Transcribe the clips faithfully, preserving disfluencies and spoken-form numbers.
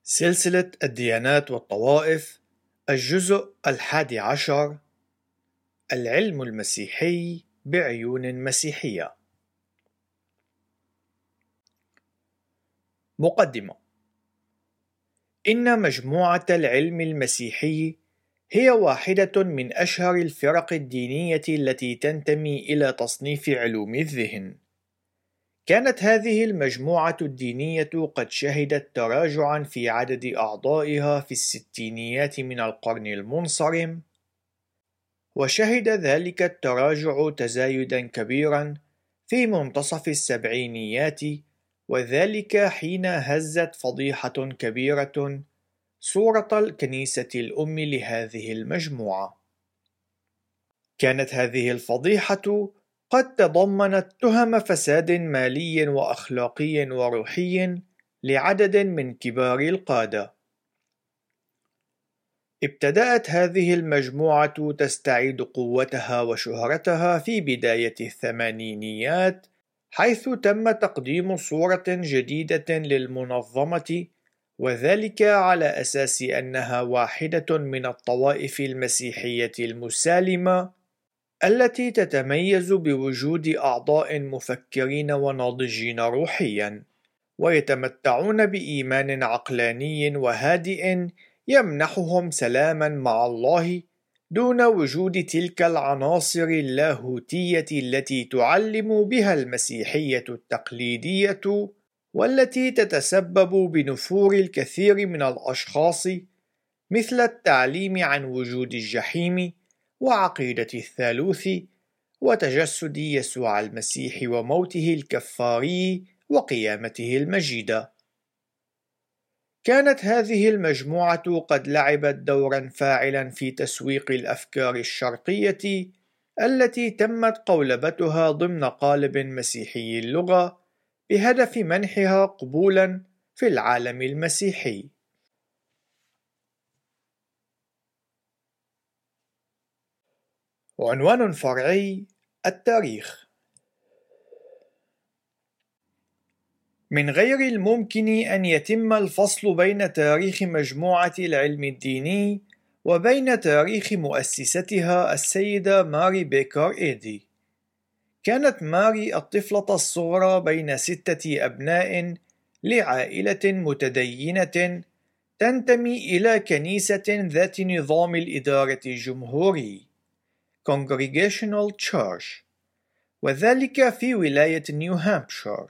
سلسلة الديانات والطوائف، الجزء الحادي عشر: العلم المسيحي بعيون مسيحية. مقدمة. إن مجموعة العلم المسيحي هي واحدة من أشهر الفرق الدينية التي تنتمي إلى تصنيف علوم الذهن. كانت هذه المجموعة الدينية قد شهدت تراجعاً في عدد أعضائها في الستينيات من القرن المنصرم، وشهد ذلك التراجع تزايداً كبيراً في منتصف السبعينيات، وذلك حين هزت فضيحة كبيرة صورة الكنيسة الأم لهذه المجموعة. كانت هذه الفضيحة قد تضمنت تهم فساد مالي وأخلاقي وروحي لعدد من كبار القادة. ابتدأت هذه المجموعة تستعيد قوتها وشهرتها في بداية الثمانينيات، حيث تم تقديم صورة جديدة للمنظمة، وذلك على أساس أنها واحدة من الطوائف المسيحية المسالمة التي تتميز بوجود أعضاء مفكرين وناضجين روحياً، ويتمتعون بإيمان عقلاني وهادئ يمنحهم سلاماً مع الله دون وجود تلك العناصر اللاهوتية التي تعلم بها المسيحية التقليدية، والتي تتسبب بنفور الكثير من الأشخاص، مثل التعليم عن وجود الجحيم وعقيدة الثالوث وتجسد يسوع المسيح وموته الكفاري وقيامته المجيدة. كانت هذه المجموعة قد لعبت دورا فاعلا في تسويق الأفكار الشرقية التي تمت قولبتها ضمن قالب مسيحي اللغة بهدف منحها قبولا في العالم المسيحي. عنوان فرعي: التاريخ. من غير الممكن أن يتم الفصل بين تاريخ مجموعة العلم الديني وبين تاريخ مؤسستها السيدة ماري بيكر إيدي. كانت ماري الطفلة الصغرى بين ستة أبناء لعائلة متدينة تنتمي إلى كنيسة ذات نظام الإدارة الجمهوري Congregational Church، وذلك في ولاية نيو هامبشير.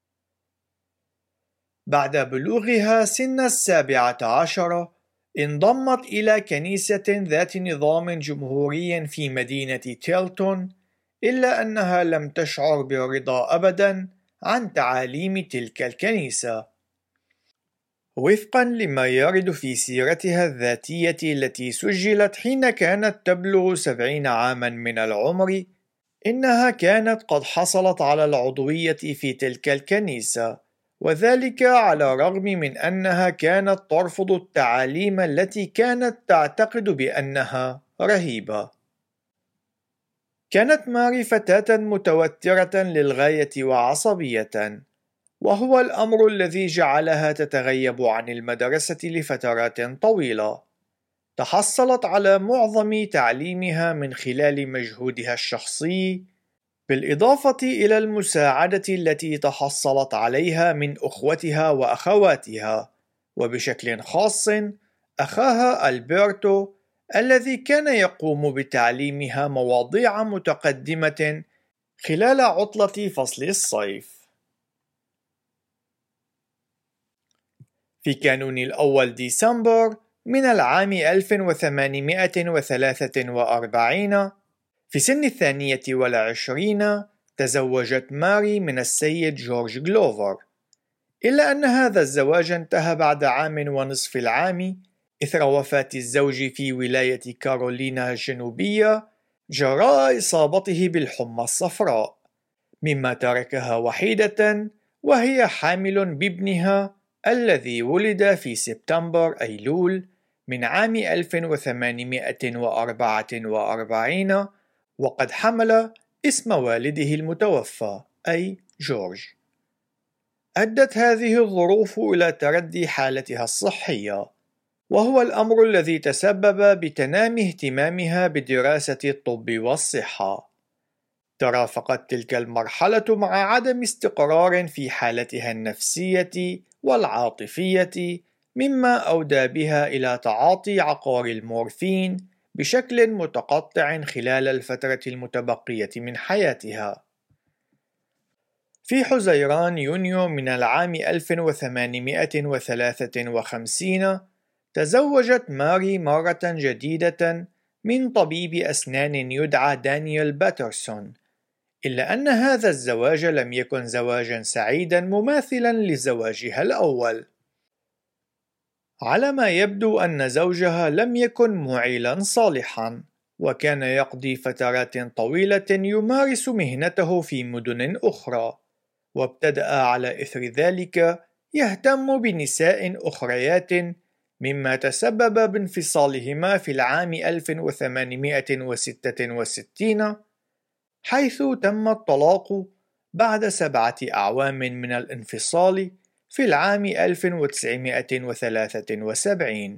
بعد بلوغها سن السابعة عشر انضمت إلى كنيسة ذات نظام جمهوري في مدينة تيلتون، إلا أنها لم تشعر بالرضا أبدا عن تعاليم تلك الكنيسة. وفقا لما يرد في سيرتها الذاتية التي سجلت حين كانت تبلغ سبعين عاما من العمر، إنها كانت قد حصلت على العضوية في تلك الكنيسة، وذلك على الرغم من أنها كانت ترفض التعاليم التي كانت تعتقد بأنها رهيبة. كانت ماري فتاة متوترة للغاية وعصبية، وهو الأمر الذي جعلها تتغيب عن المدرسة لفترات طويلة. تحصلت على معظم تعليمها من خلال مجهودها الشخصي، بالإضافة إلى المساعدة التي تحصلت عليها من أخوتها وأخواتها، وبشكل خاص أخاها ألبرتو الذي كان يقوم بتعليمها مواضيع متقدمة خلال عطلة فصل الصيف. في كانون الأول ديسمبر من العام ألف وثمانمائة وثلاثة وأربعين، في سن الثانية والعشرين، تزوجت ماري من السيد جورج جلوفر، إلا أن هذا الزواج انتهى بعد عام ونصف العام إثر وفاة الزوج في ولاية كارولينا الجنوبية جراء إصابته بالحمى الصفراء، مما تركها وحيدة وهي حامل بابنها الذي ولد في سبتمبر أيلول من عام ألف وثمانمائة وأربعة وأربعين، وقد حمل اسم والده المتوفى أي جورج. أدت هذه الظروف إلى تردي حالتها الصحية، وهو الأمر الذي تسبب بتنامي اهتمامها بدراسة الطب والصحة. ترافقت تلك المرحلة مع عدم استقرار في حالتها النفسية والعاطفية، مما أودى بها إلى تعاطي عقار المورفين بشكل متقطع خلال الفترة المتبقية من حياتها. في حزيران يونيو من العام ألف وثمانمائة وثلاثة وخمسين تزوجت ماري مرة جديدة من طبيب أسنان يدعى دانيال باترسون، إلا أن هذا الزواج لم يكن زواجا سعيدا مماثلا لزواجها الأول. على ما يبدو أن زوجها لم يكن معيلا صالحا، وكان يقضي فترات طويلة يمارس مهنته في مدن أخرى، وابتدأ على إثر ذلك يهتم بنساء أخريات، مما تسبب بانفصالهما في العام ألف وثمانمائة وستة وستين، حيث تم الطلاق بعد سبعة أعوام من الانفصال في العام ألف وتسعمائة وثلاثة وسبعين.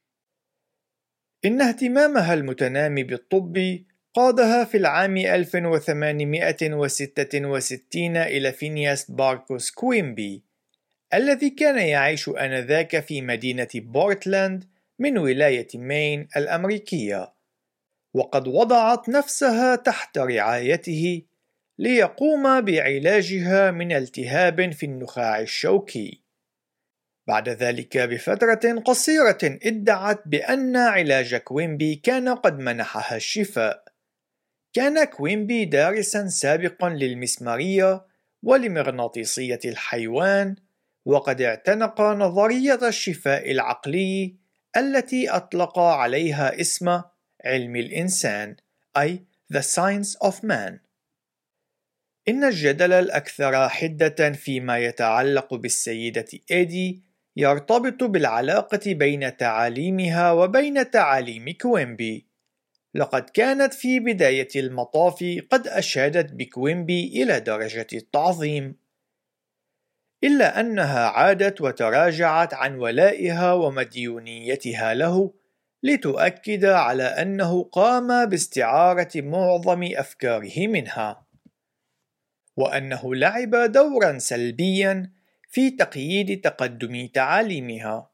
إن اهتمامها المتنامي بالطب قادها في العام ألف وثمانمائة وستة وستين إلى فينياس باركوس كويمبي، الذي كان يعيش آنذاك في مدينة بورتلاند من ولاية مين الأمريكية، وقد وضعت نفسها تحت رعايته ليقوم بعلاجها من التهاب في النخاع الشوكي. بعد ذلك بفترة قصيرة ادعت بأن علاج كويمبي كان قد منحها الشفاء. كان كويمبي دارسا سابقا للمسمارية ولمغناطيسية الحيوان، وقد اعتنق نظرية الشفاء العقلي التي أطلق عليها اسم علم الإنسان، أي The Science of Man. إن الجدل الأكثر حدة فيما يتعلق بالسيدة إيدي يرتبط بالعلاقة بين تعاليمها وبين تعاليم كويمبي. لقد كانت في بداية المطاف قد أشادت بكويمبي إلى درجة التعظيم، إلا أنها عادت وتراجعت عن ولائها ومديونيتها له لتؤكد على أنه قام باستعارة معظم أفكاره منها، وأنه لعب دورا سلبيا في تقييد تقدم تعاليمها.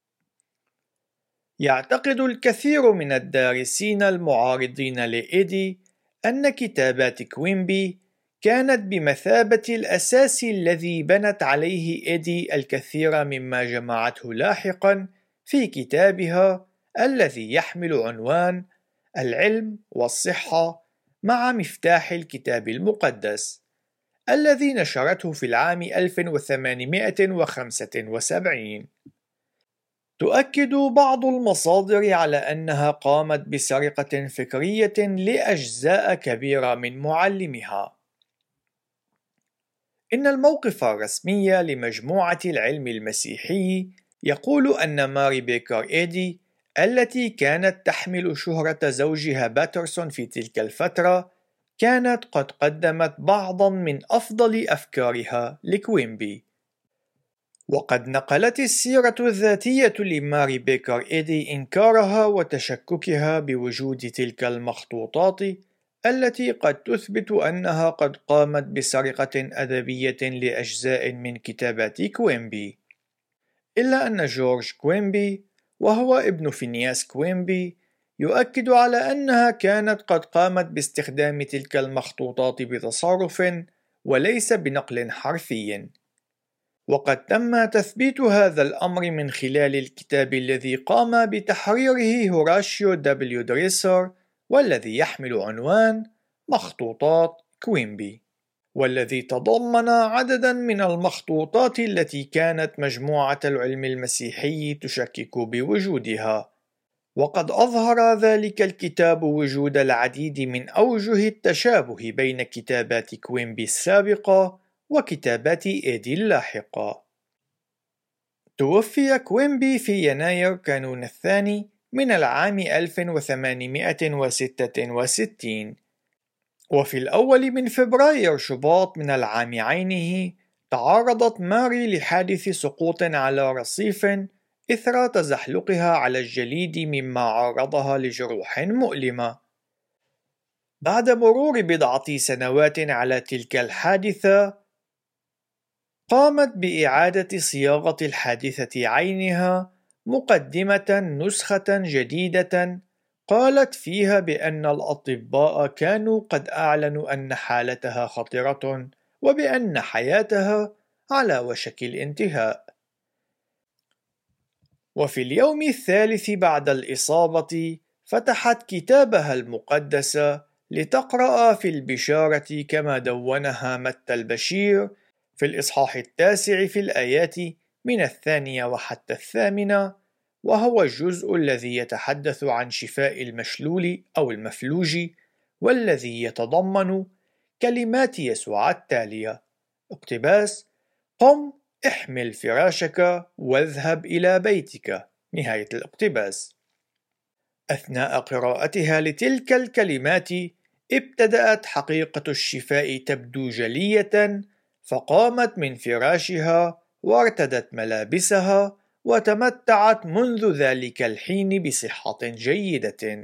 يعتقد الكثير من الدارسين المعارضين لإيدي أن كتابات كويمبي كانت بمثابة الأساس الذي بنت عليه إيدي الكثير مما جمعته لاحقا في كتابها الذي يحمل عنوان العلم والصحة مع مفتاح الكتاب المقدس، الذي نشرته في العام ألف وثمانمائة وخمسة وسبعين. تؤكد بعض المصادر على أنها قامت بسرقة فكرية لأجزاء كبيرة من معلمها. إن الموقف الرسمي لمجموعة العلم المسيحي يقول أن ماري بيكر إيدي، التي كانت تحمل شهرة زوجها باترسون في تلك الفترة، كانت قد قدمت بعضا من أفضل أفكارها لكويمبي. وقد نقلت السيرة الذاتية لماري بيكر إيدي إنكارها وتشككها بوجود تلك المخطوطات التي قد تثبت أنها قد قامت بسرقة أدبية لأجزاء من كتابات كويمبي. إلا أن جورج كويمبي، وهو ابن فينياس كويمبي، يؤكد على أنها كانت قد قامت باستخدام تلك المخطوطات بتصرف وليس بنقل حرفي. وقد تم تثبيت هذا الأمر من خلال الكتاب الذي قام بتحريره هوراشيو دبليو دريسر، والذي يحمل عنوان مخطوطات كويمبي، والذي تضمن عددا من المخطوطات التي كانت مجموعة العلم المسيحي تشكك بوجودها. وقد أظهر ذلك الكتاب وجود العديد من أوجه التشابه بين كتابات كويمبي السابقة وكتابات إيدي اللاحقة. توفي كويمبي في يناير كانون الثاني من العام ألف وثمانمائة وستة وستين، وفي الأول من فبراير شباط من العام عينه تعرضت ماري لحادث سقوط على رصيف إثر تزحلقها على الجليد، مما عرضها لجروح مؤلمة. بعد مرور بضعة سنوات على تلك الحادثة، قامت بإعادة صياغة الحادثة عينها، مقدمة نسخة جديدة قالت فيها بأن الأطباء كانوا قد أعلنوا أن حالتها خطرة وبأن حياتها على وشك الانتهاء. وفي اليوم الثالث بعد الإصابة فتحت كتابها المقدس لتقرأ في البشارة كما دونها متى البشير في الإصحاح التاسع في الآيات من الثانية وحتى الثامنة، وهو الجزء الذي يتحدث عن شفاء المشلول أو المفلوج، والذي يتضمن كلمات يسوع التالية: اقتباس: قم احمل فراشك واذهب إلى بيتك. نهاية الاقتباس. أثناء قراءتها لتلك الكلمات ابتدأت حقيقة الشفاء تبدو جلية، فقامت من فراشها وارتدت ملابسها وتمتعت منذ ذلك الحين بصحة جيدة.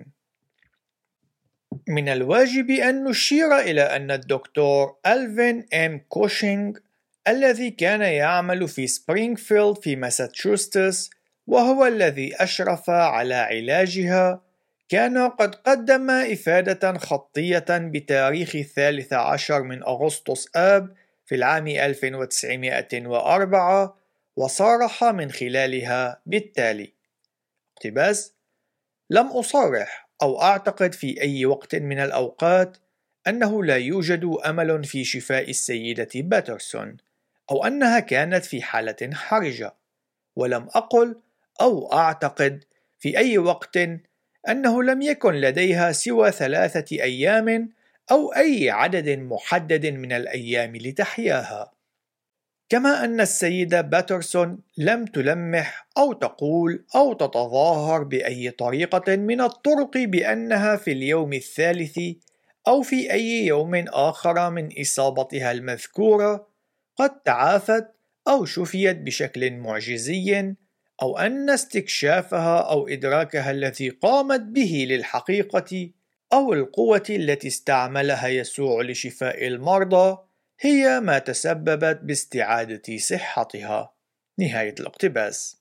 من الواجب أن نشير إلى أن الدكتور ألفين إم كوشينغ الذي كان يعمل في سبرينغفيلد في ماساتشوستس وهو الذي أشرف على علاجها، كان قد قدم إفادة خطية بتاريخ الثالث عشر من أغسطس آب في العام ألف وتسعمائة وأربعة، وصارح من خلالها بالتالي: اقتباس: لم أصرح أو أعتقد في أي وقت من الأوقات أنه لا يوجد أمل في شفاء السيدة باترسون، أو أنها كانت في حالة حرجة، ولم أقل أو أعتقد في أي وقت أنه لم يكن لديها سوى ثلاثة أيام أو أي عدد محدد من الأيام لتحياها. كما أن السيدة باترسون لم تلمح أو تقول أو تتظاهر بأي طريقة من الطرق بأنها في اليوم الثالث أو في أي يوم آخر من إصابتها المذكورة قد تعافت أو شفيت بشكل معجزي، أو أن استكشافها أو إدراكها الذي قامت به للحقيقة أو القوة التي استعملها يسوع لشفاء المرضى هي ما تسببت باستعادة صحتها. نهاية الاقتباس.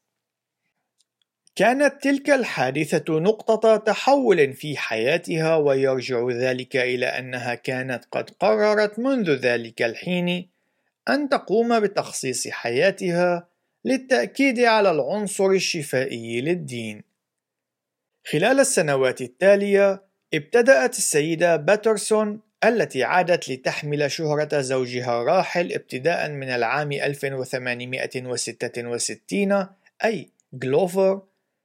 كانت تلك الحادثة نقطة تحول في حياتها، ويرجع ذلك إلى أنها كانت قد قررت منذ ذلك الحين أن تقوم بتخصيص حياتها للتأكيد على العنصر الشفائي للدين. خلال السنوات التالية ابتدأت السيدة باترسون التي عادت لتحمل شهرة زوجها الراحل ابتداء من العام ألف وثمانمائة وستة وستين أي غلوفر،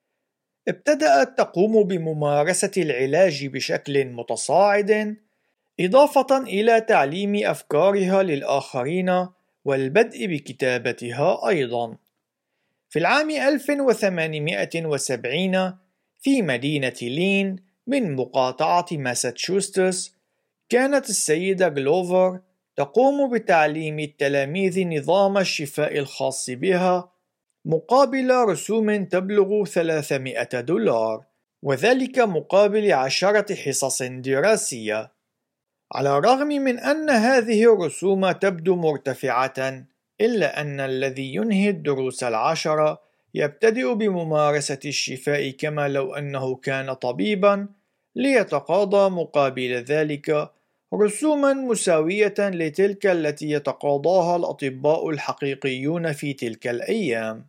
ابتدأت تقوم بممارسة العلاج بشكل متصاعد، إضافة إلى تعليم أفكارها للآخرين والبدء بكتابتها أيضا. في العام ألف وثمانمائة وسبعين في مدينة لين من مقاطعة ماساتشوستس، كانت السيدة غلوفر تقوم بتعليم التلاميذ نظام الشفاء الخاص بها مقابل رسوم تبلغ ثلاثمائة دولار، وذلك مقابل عشرة حصص دراسية. على الرغم من أن هذه الرسوم تبدو مرتفعة، إلا أن الذي ينهي الدروس العشرة يبتدئ بممارسة الشفاء كما لو أنه كان طبيبا، ليتقاضى مقابل ذلك رسوما مساوية لتلك التي يتقاضاها الأطباء الحقيقيون في تلك الأيام.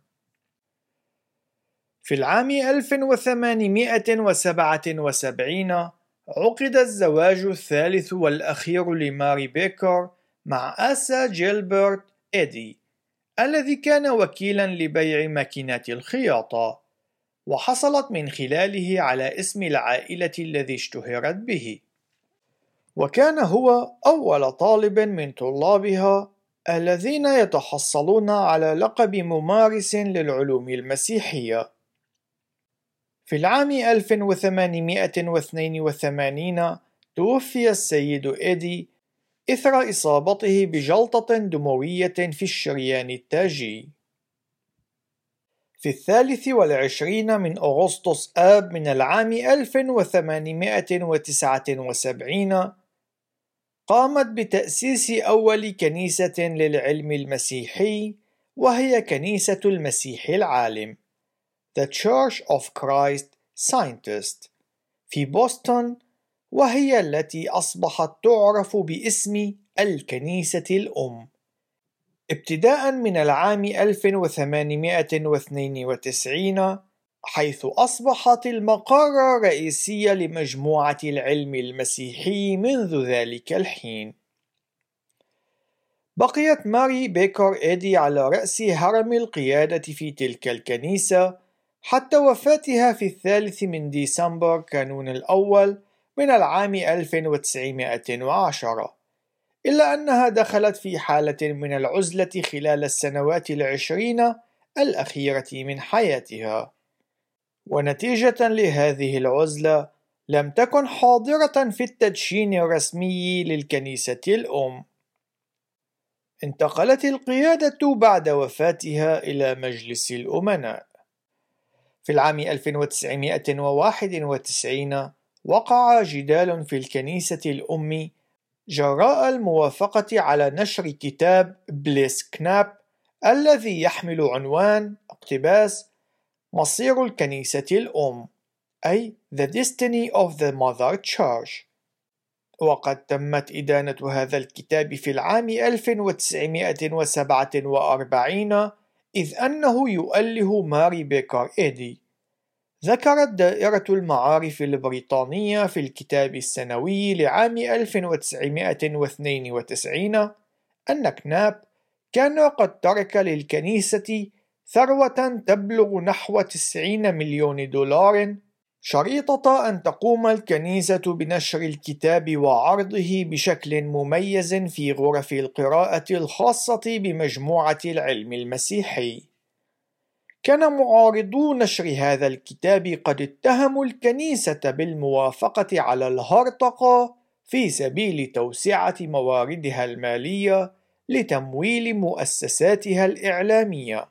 في العام ألف وثمانمائة وسبعة وسبعين عقد الزواج الثالث والأخير لماري بيكر مع آسا جيلبرت إيدي، الذي كان وكيلا لبيع ماكينات الخياطة، وحصلت من خلاله على اسم العائلة الذي اشتهرت به. وكان هو أول طالب من طلابها الذين يتحصلون على لقب ممارس للعلوم المسيحية. في العام ألف وثمانمائة واثنين وثمانين توفي السيد إيدي إثر إصابته بجلطة دموية في الشريان التاجي. في الثالث والعشرين من أغسطس آب من العام ألف وثمانمائة وتسعة وسبعين قامت بتأسيس أول كنيسة للعلم المسيحي، وهي كنيسة المسيح العالم The Church of Christ Scientist في بوسطن، وهي التي أصبحت تعرف باسم الكنيسة الأم ابتداء من العام ألف وثمانمائة واثنين وتسعين، حيث أصبحت المقر الرئيسي لمجموعة العلم المسيحي منذ ذلك الحين. بقيت ماري بيكر إيدي على رأس هرم القيادة في تلك الكنيسة حتى وفاتها في الثالث من ديسمبر كانون الأول من العام ألف وتسعمائة وعشرة، إلا أنها دخلت في حالة من العزلة خلال السنوات العشرين الأخيرة من حياتها، ونتيجة لهذه العزلة لم تكن حاضرة في التدشين الرسمي للكنيسة الأم. انتقلت القيادة بعد وفاتها إلى مجلس الأمناء. في العام ألف وتسعمائة وواحد وتسعين وقع جدال في الكنيسة الأم جراء الموافقة على نشر كتاب بليس كناب الذي يحمل عنوان اقتباس مصير الكنيسة الأم، أي The Destiny of the Mother Church. وقد تمت إدانة هذا الكتاب في العام ألف وتسعمائة وسبعة وأربعين، إذ أنه يؤله ماري بيكر إيدي. ذكرت دائرة المعارف البريطانية في الكتاب السنوي لعام ألف وتسعمائة واثنين وتسعين أن كناب كان قد ترك للكنيسة ثروة تبلغ نحو تسعين مليون دولار، شريطة أن تقوم الكنيسة بنشر الكتاب وعرضه بشكل مميز في غرف القراءة الخاصة بمجموعة العلم المسيحي. كان معارضو نشر هذا الكتاب قد اتهموا الكنيسة بالموافقة على الهرطقة في سبيل توسعة مواردها المالية لتمويل مؤسساتها الإعلامية.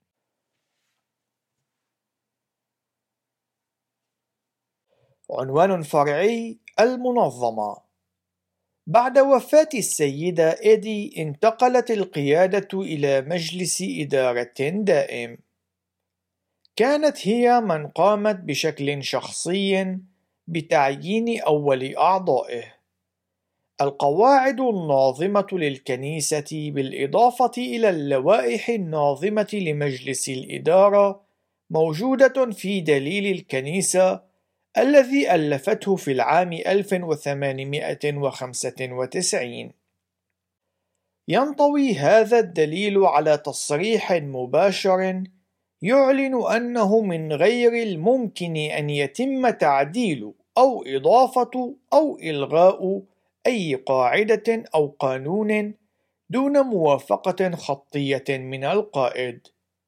عنوان فرعي: المنظمة. بعد وفاة السيدة إيدي انتقلت القيادة إلى مجلس إدارة دائم. كانت هي من قامت بشكل شخصي بتعيين أول أعضائه. القواعد الناظمة للكنيسة بالإضافة إلى اللوائح الناظمة لمجلس الإدارة موجودة في دليل الكنيسة الذي ألفته في العام ألف وثمانمائة وخمسة وتسعين. ينطوي هذا الدليل على تصريح مباشر يعلن أنه من غير الممكن أن يتم تعديل أو إضافة أو إلغاء أي قاعدة أو قانون دون موافقة خطية من القائد.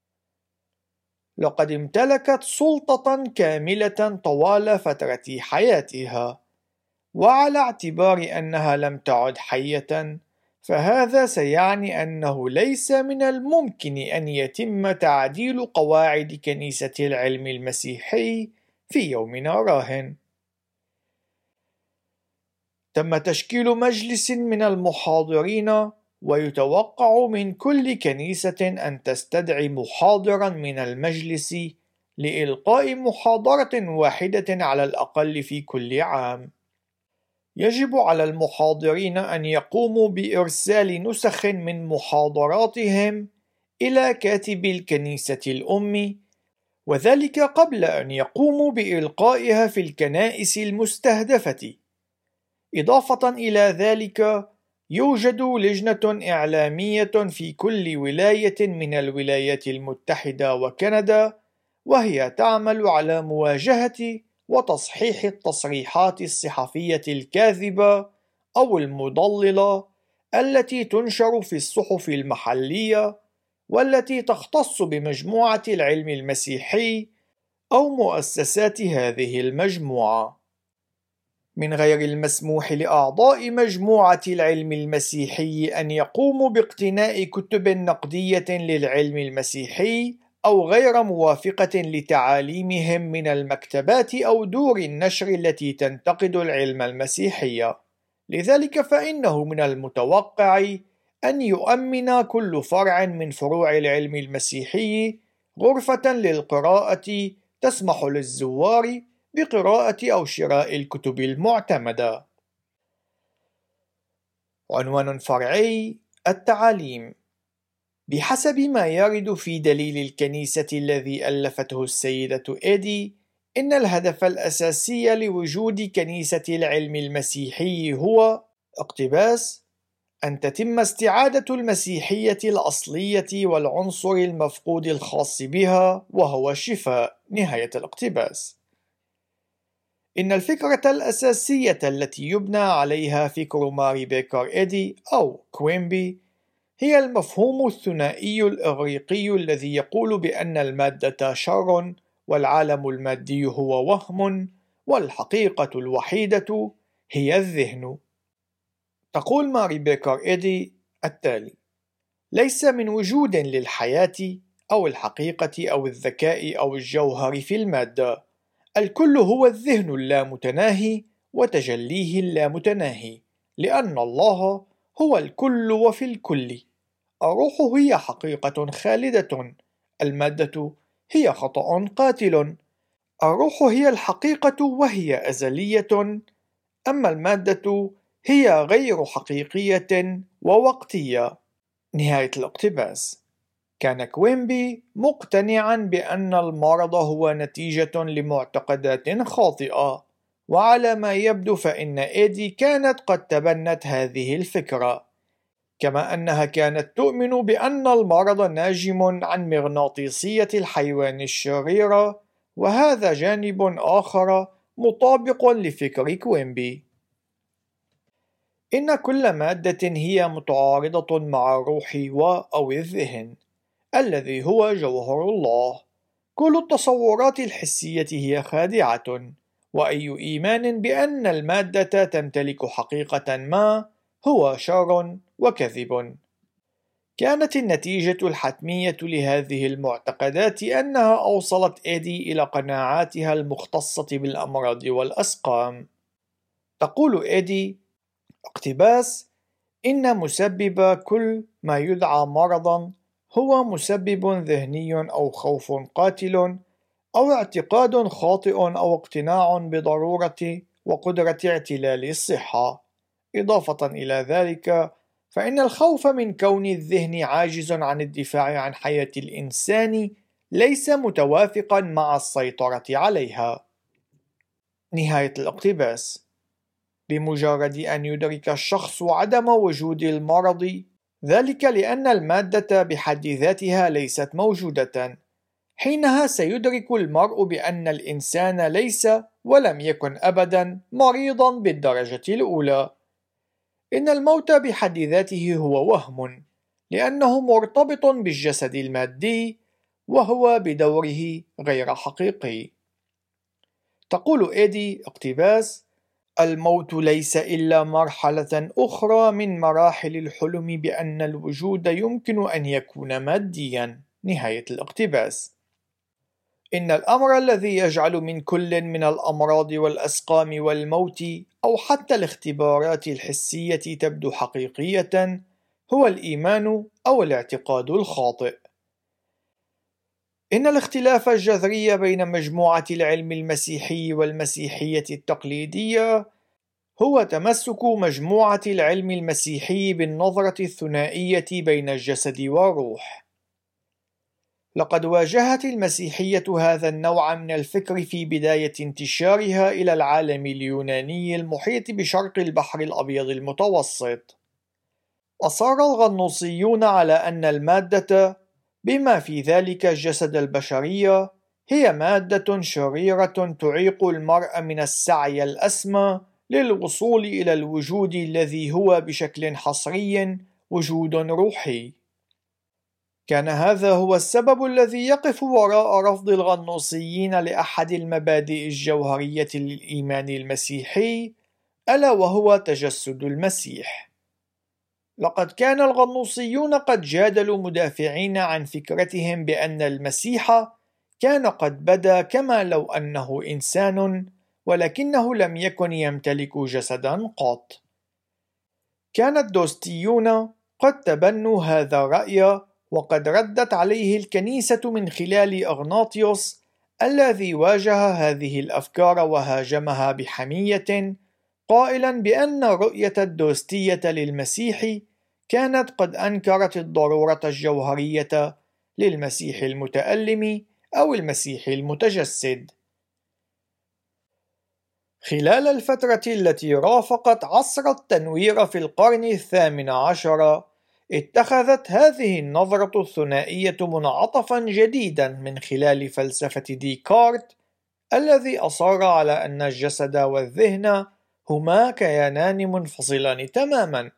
لقد امتلكت سلطة كاملة طوال فترة حياتها، وعلى اعتبار أنها لم تعد حية، فهذا سيعني أنه ليس من الممكن أن يتم تعديل قواعد كنيسة العلم المسيحي في يومنا راهن. تم تشكيل مجلس من المحاضرين، ويتوقع من كل كنيسة أن تستدعي محاضرا من المجلس لإلقاء محاضرة واحدة على الأقل في كل عام. يجب على المحاضرين أن يقوموا بإرسال نسخ من محاضراتهم إلى كاتب الكنيسة الأم، وذلك قبل أن يقوموا بإلقائها في الكنائس المستهدفة. إضافة إلى ذلك، يوجد لجنة إعلامية في كل ولاية من الولايات المتحدة وكندا، وهي تعمل على مواجهة وتصحيح التصريحات الصحفية الكاذبة أو المضللة التي تنشر في الصحف المحلية والتي تختص بمجموعة العلم المسيحي أو مؤسسات هذه المجموعة. من غير المسموح لأعضاء مجموعة العلم المسيحي أن يقوموا باقتناء كتب نقدية للعلم المسيحي أو غير موافقة لتعاليمهم من المكتبات أو دور النشر التي تنتقد العلم المسيحي. لذلك فإنه من المتوقع أن يؤمن كل فرع من فروع العلم المسيحي غرفة للقراءة تسمح للزوار بقراءة أو شراء الكتب المعتمدة. عنوان فرعي: التعاليم. بحسب ما يرد في دليل الكنيسة الذي ألفته السيدة إيدي، إن الهدف الأساسي لوجود كنيسة العلم المسيحي هو اقتباس: أن تتم استعادة المسيحية الأصلية والعنصر المفقود الخاص بها وهو الشفاء. نهاية الاقتباس. إن الفكرة الأساسية التي يبنى عليها فكر ماري بيكر إيدي أو كوينبي هي المفهوم الثنائي الإغريقي الذي يقول بأن المادة شر والعالم المادي هو وهم والحقيقة الوحيدة هي الذهن. تقول ماري بيكر إيدي التالي: ليس من وجود للحياة أو الحقيقة أو الذكاء أو الجوهر في المادة، الكل هو الذهن اللامتناهي وتجليه اللامتناهي، لأن الله هو الكل وفي الكل. الروح هي حقيقة خالدة، المادة هي خطأ قاتل. الروح هي الحقيقة وهي أزلية، أما المادة هي غير حقيقية ووقتية. نهاية الاقتباس. كان كوينبي مقتنعا بأن المرض هو نتيجة لمعتقدات خاطئة، وعلى ما يبدو فإن إيدي كانت قد تبنت هذه الفكرة، كما أنها كانت تؤمن بأن المرض ناجم عن مغناطيسية الحيوان الشريرة، وهذا جانب آخر مطابق لفكر كوينبي. إن كل مادة هي متعارضة مع الروح و أو الذهن الذي هو جوهر الله. كل التصورات الحسية هي خادعة، وأي إيمان بأن المادة تمتلك حقيقة ما هو شر وكذب. كانت النتيجة الحتمية لهذه المعتقدات أنها أوصلت إيدي إلى قناعاتها المختصة بالأمراض والأسقام. تقول إيدي اقتباس: إن مسبب كل ما يدعى مرضا هو مسبب ذهني أو خوف قاتل أو اعتقاد خاطئ أو اقتناع بضرورة وقدرة اعتلال الصحة. إضافة إلى ذلك، فإن الخوف من كون الذهن عاجز عن الدفاع عن حياة الإنسان ليس متوافقا مع السيطرة عليها. نهاية الاقتباس. بمجرد أن يدرك الشخص عدم وجود المرض، ذلك لأن المادة بحد ذاتها ليست موجودة، حينها سيدرك المرء بأن الإنسان ليس ولم يكن أبدا مريضا بالدرجة الأولى. إن الموت بحد ذاته هو وهم، لأنه مرتبط بالجسد المادي وهو بدوره غير حقيقي. تقول إيدي اقتباس: الموت ليس إلا مرحلة أخرى من مراحل الحلم بأن الوجود يمكن أن يكون ماديا. نهاية الاقتباس. إن الأمر الذي يجعل من كل من الأمراض والأسقام والموت أو حتى الاختبارات الحسية تبدو حقيقية هو الإيمان أو الاعتقاد الخاطئ. إن الاختلاف الجذري بين مجموعة العلم المسيحي والمسيحية التقليدية هو تمسك مجموعة العلم المسيحي بالنظرة الثنائية بين الجسد والروح. لقد واجهت المسيحية هذا النوع من الفكر في بداية انتشارها إلى العالم اليوناني المحيط بشرق البحر الأبيض المتوسط. أصر الغنوصيون على أن المادة، بما في ذلك الجسد البشري، هي مادة شريرة تعيق المرء من السعي الأسمى للوصول إلى الوجود الذي هو بشكل حصري وجود روحي. كان هذا هو السبب الذي يقف وراء رفض الغنوصيين لأحد المبادئ الجوهرية للإيمان المسيحي، ألا وهو تجسد المسيح. لقد كان الغنوصيون قد جادلوا مدافعين عن فكرتهم بأن المسيح كان قد بدا كما لو أنه إنسان، ولكنه لم يكن يمتلك جسدا قط. كان الدوستيون قد تبنوا هذا الرأي، وقد ردت عليه الكنيسة من خلال أغناطيوس الذي واجه هذه الأفكار وهاجمها بحمية، قائلا بأن رؤية الدوستية للمسيح كانت قد أنكرت الضرورة الجوهرية للمسيح المتألم أو المسيح المتجسد. خلال الفترة التي رافقت عصر التنوير في القرن الثامن عشر، اتخذت هذه النظرة الثنائية منعطفا جديدا من خلال فلسفة ديكارت، الذي أصر على أن الجسد والذهن هما كيانان منفصلان تماما.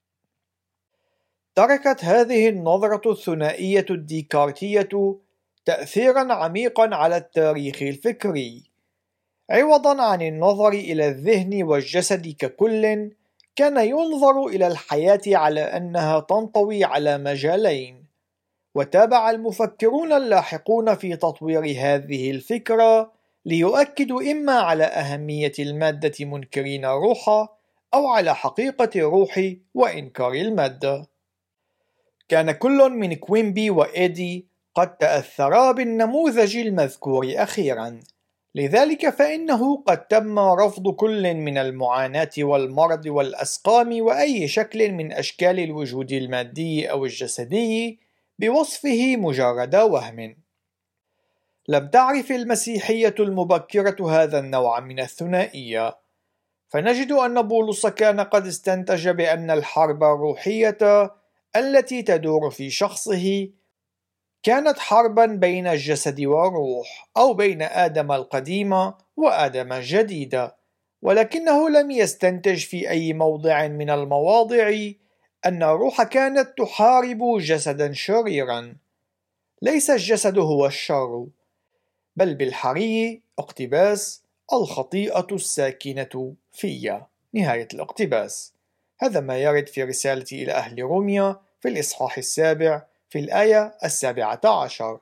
تركت هذه النظرة الثنائية الديكارتية تأثيرا عميقا على التاريخ الفكري. عوضا عن النظر إلى الذهن والجسد ككل، كان ينظر إلى الحياة على أنها تنطوي على مجالين. وتابع المفكرون اللاحقون في تطوير هذه الفكرة ليؤكدوا إما على أهمية المادة منكرين الروح، أو على حقيقة الروح وإنكار المادة. كان كل من كوينبي وإيدي قد تأثرا بالنموذج المذكور أخيرا، لذلك فإنه قد تم رفض كل من المعاناة والمرض والأسقام وأي شكل من أشكال الوجود المادي أو الجسدي بوصفه مجرد وهم. لم تعرف المسيحية المبكرة هذا النوع من الثنائية، فنجد أن بولس كان قد استنتج بأن الحرب الروحية التي تدور في شخصه كانت حربا بين الجسد والروح، أو بين آدم القديم وآدم الجديد، ولكنه لم يستنتج في أي موضع من المواضع أن الروح كانت تحارب جسدا شريرا. ليس الجسد هو الشر، بل بالحري اقتباس الخطيئة الساكنة في. نهاية الاقتباس. هذا ما يرد في رسالة إلى أهل روميا في الإصحاح السابع في الآية السابعة عشر.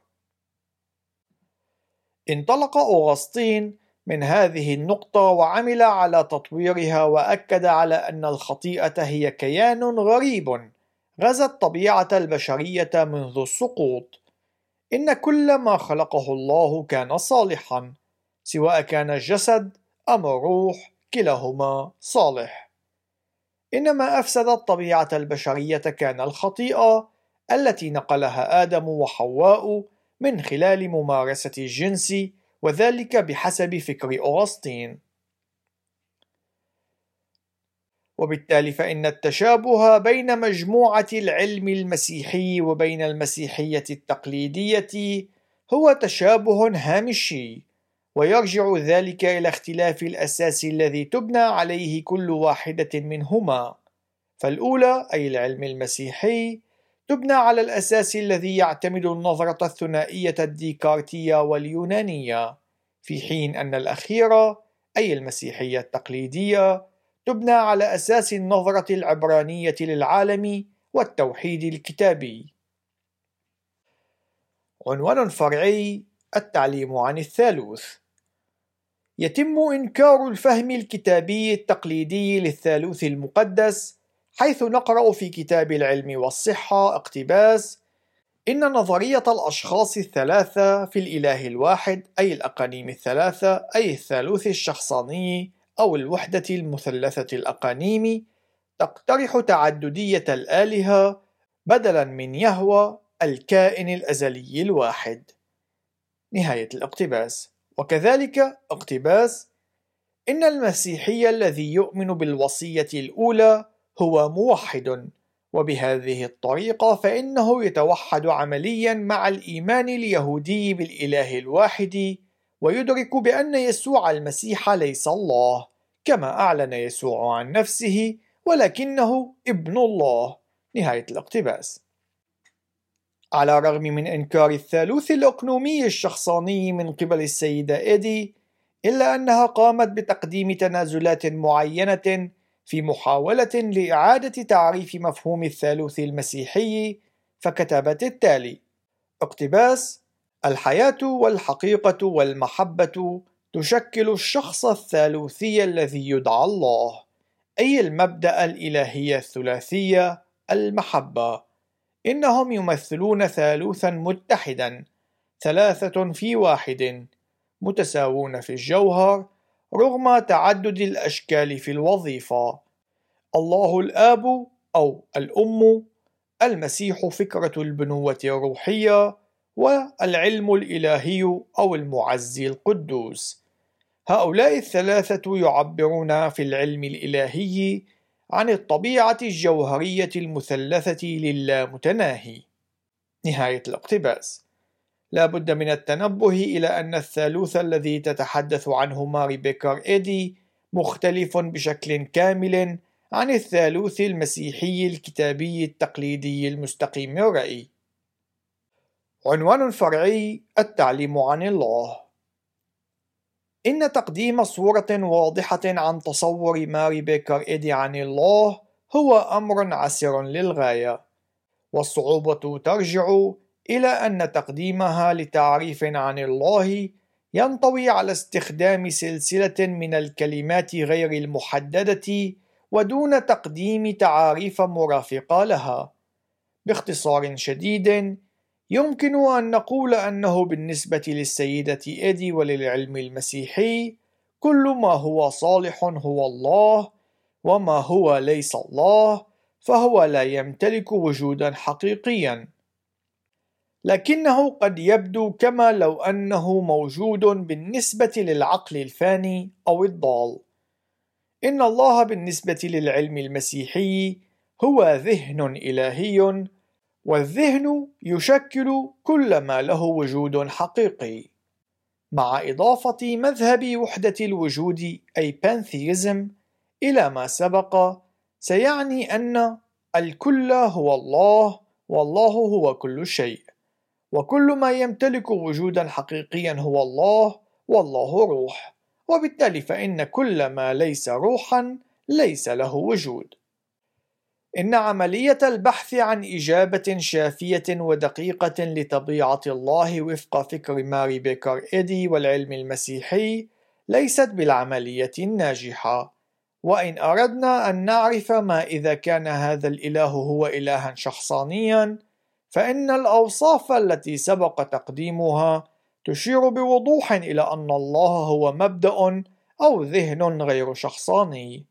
انطلق أوغسطين من هذه النقطة وعمل على تطويرها، وأكد على أن الخطيئة هي كيان غريب غزا الطبيعة البشرية منذ السقوط. إن كل ما خلقه الله كان صالحا، سواء كان الجسد أم الروح كلاهما صالح. إنما أفسد الطبيعة البشرية كان الخطيئة التي نقلها آدم وحواء من خلال ممارسة الجنس، وذلك بحسب فكر أوغسطين. وبالتالي فإن التشابه بين مجموعة العلم المسيحي وبين المسيحية التقليدية هو تشابه هامشي، ويرجع ذلك إلى اختلاف الأساس الذي تبنى عليه كل واحدة منهما. فالأولى أي العلم المسيحي تبنى على الأساس الذي يعتمد النظرة الثنائية الديكارتية واليونانية، في حين أن الأخيرة أي المسيحية التقليدية تبنى على أساس النظرة العبرانية للعالم والتوحيد الكتابي. عنوان فرعي: التعليم عن الثالوث. يتم إنكار الفهم الكتابي التقليدي للثالوث المقدس، حيث نقرأ في كتاب العلم والصحة اقتباس: إن نظرية الأشخاص الثلاثة في الإله الواحد أي الأقانيم الثلاثة أي الثالوث الشخصاني أو الوحدة المثلثة الأقانيم تقترح تعددية الآلهة بدلا من يهوه الكائن الأزلي الواحد. نهاية الاقتباس. وكذلك اقتباس: إن المسيحي الذي يؤمن بالوصية الأولى هو موحد، وبهذه الطريقة فإنه يتوحد عمليا مع الإيمان اليهودي بالإله الواحد، ويدرك بأن يسوع المسيح ليس الله كما أعلن يسوع عن نفسه، ولكنه ابن الله. نهاية الاقتباس. على الرغم من إنكار الثالوث الأقنومي الشخصاني من قبل السيدة إيدي، إلا أنها قامت بتقديم تنازلات معينة في محاولة لإعادة تعريف مفهوم الثالوث المسيحي، فكتبت التالي: اقتباس: الحياة والحقيقة والمحبة تشكل الشخص الثالوثي الذي يدعى الله، أي المبدأ الإلهي الثلاثي المحبة. إنهم يمثلون ثالوثا متحدا، ثلاثة في واحد، متساوون في الجوهر رغم تعدد الأشكال في الوظيفة. الله الآب أو الأم، المسيح فكرة البنوة الروحية، والعلم الإلهي أو المعزي القدوس. هؤلاء الثلاثة يعبرون في العلم الإلهي عن الطبيعة الجوهرية المثلثة للامتناهي. نهاية الاقتباس. لا بد من التنبه إلى أن الثالوث الذي تتحدث عنه ماري بيكر إيدي مختلف بشكل كامل عن الثالوث المسيحي الكتابي التقليدي المستقيم الرأي. عنوان فرعي: التعليم عن الله. إن تقديم صورة واضحة عن تصور ماري بيكر إيدي عن الله هو أمر عسر للغاية، والصعوبة ترجع إلى أن تقديمها لتعريف عن الله ينطوي على استخدام سلسلة من الكلمات غير المحددة ودون تقديم تعاريف مرافقة لها. باختصار شديد، يمكن أن نقول أنه بالنسبة للسيدة إيدي وللعلم المسيحي، كل ما هو صالح هو الله، وما هو ليس الله فهو لا يمتلك وجودا حقيقيا. لكنه قد يبدو كما لو أنه موجود بالنسبة للعقل الفاني أو الضال. إن الله بالنسبة للعلم المسيحي هو ذهن إلهي، والذهن يشكل كل ما له وجود حقيقي. مع إضافة مذهب وحدة الوجود أي بانثيزم إلى ما سبق، سيعني أن الكل هو الله، والله هو كل شيء، وكل ما يمتلك وجودا حقيقيا هو الله، والله روح، وبالتالي فإن كل ما ليس روحا ليس له وجود. إن عملية البحث عن إجابة شافية ودقيقة لطبيعة الله وفق فكر ماري بيكر إيدي والعلم المسيحي ليست بالعملية الناجحة. وإن أردنا أن نعرف ما إذا كان هذا الإله هو إلها شخصانيا، فإن الأوصاف التي سبق تقديمها تشير بوضوح إلى أن الله هو مبدأ أو ذهن غير شخصاني.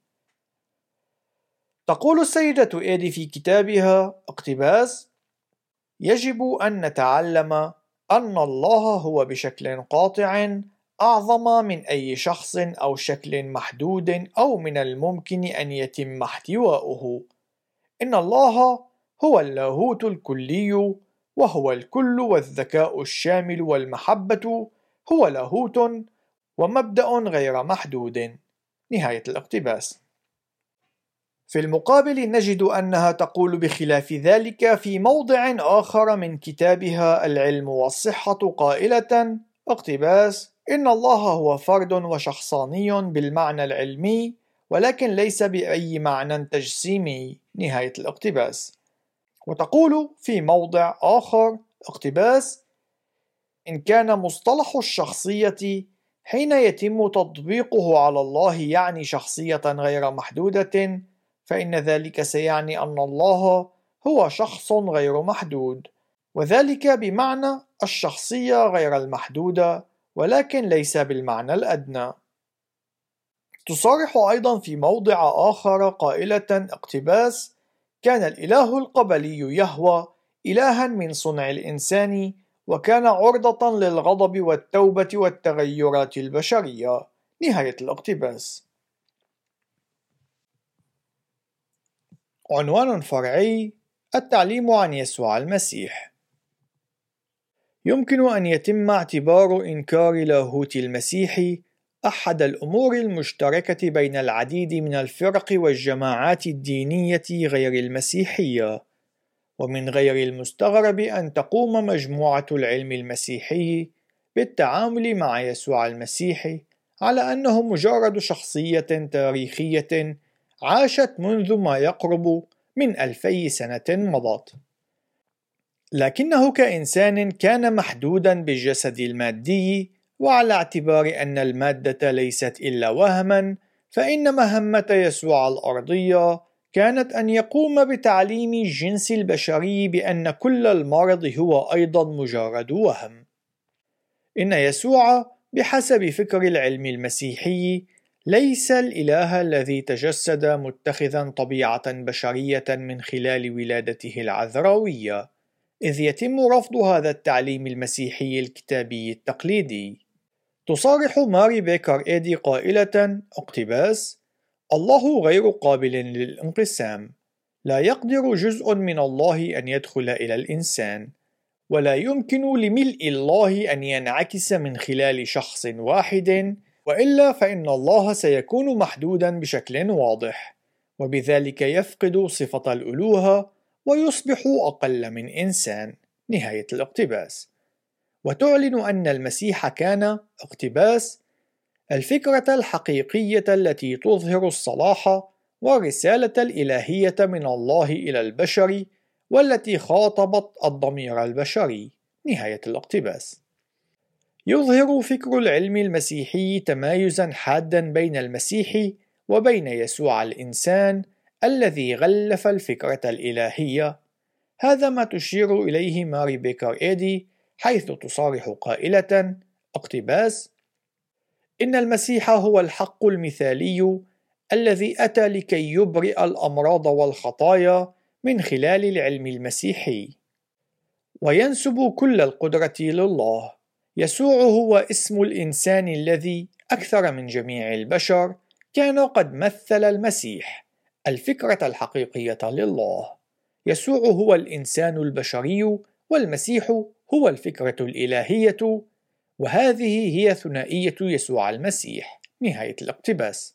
تقول السيدة إيدي في كتابها اقتباس: يجب أن نتعلم أن الله هو بشكل قاطع أعظم من أي شخص أو شكل محدود أو من الممكن أن يتم احتواؤه. إن الله هو اللاهوت الكلي، وهو الكل والذكاء الشامل، والمحبة هو لاهوت ومبدأ غير محدود. نهاية الاقتباس. في المقابل نجد أنها تقول بخلاف ذلك في موضع آخر من كتابها العلم والصحة قائلة اقتباس: إن الله هو فرد وشخصاني بالمعنى العلمي، ولكن ليس بأي معنى تجسيمي. نهاية الاقتباس. وتقول في موضع آخر اقتباس: إن كان مصطلح الشخصية حين يتم تطبيقه على الله يعني شخصية غير محدودة، فإن ذلك سيعني أن الله هو شخص غير محدود، وذلك بمعنى الشخصية غير المحدودة، ولكن ليس بالمعنى الأدنى. تصرح أيضا في موضع آخر قائلة اقتباس: كان الإله القبلي يهوى إلها من صنع الإنسان، وكان عرضة للغضب والتوبة والتغيرات البشرية. نهاية الاقتباس. عنوان فرعي: التعليم عن يسوع المسيح. يمكن أن يتم اعتبار إنكار لاهوت المسيح أحد الأمور المشتركة بين العديد من الفرق والجماعات الدينية غير المسيحية، ومن غير المستغرب أن تقوم مجموعة العلم المسيحي بالتعامل مع يسوع المسيح على أنه مجرد شخصية تاريخية عاشت منذ ما يقرب من ألفي سنة مضت، لكنه كإنسان كان محدودا بالجسد المادي، وعلى اعتبار أن المادة ليست إلا وهما، فإن مهمة يسوع الأرضية كانت أن يقوم بتعليم الجنس البشري بأن كل المرض هو أيضا مجرد وهم. إن يسوع بحسب فكر العلم المسيحي ليس الإله الذي تجسد متخذا طبيعة بشرية من خلال ولادته العذراوية، إذ يتم رفض هذا التعليم المسيحي الكتابي التقليدي. تصارح ماري بيكر إيدي قائلة اقتباس: الله غير قابل للانقسام، لا يقدر جزء من الله أن يدخل إلى الإنسان، ولا يمكن لملء الله أن ينعكس من خلال شخص واحد، وإلا فإن الله سيكون محدودا بشكل واضح، وبذلك يفقد صفة الألوهة ويصبح أقل من إنسان. نهاية الاقتباس. وتعلن أن المسيح كان اقتباس الفكرة الحقيقية التي تظهر الصلاح والرسالة الإلهية من الله إلى البشر، والتي خاطبت الضمير البشري. نهاية الاقتباس. يظهر فكر العلم المسيحي تمايزا حادا بين المسيح وبين يسوع الإنسان الذي غلف الفكرة الإلهية. هذا ما تشير إليه ماري بيكر إيدي، حيث تصارح قائلة اقتباس: إن المسيح هو الحق المثالي الذي أتى لكي يبرئ الأمراض والخطايا من خلال العلم المسيحي، وينسب كل القدرة لله. يسوع هو اسم الإنسان الذي أكثر من جميع البشر كان قد مثل المسيح، الفكرة الحقيقية لله. يسوع هو الإنسان البشري، والمسيح هو الفكرة الإلهية، وهذه هي ثنائية يسوع المسيح. نهاية الاقتباس.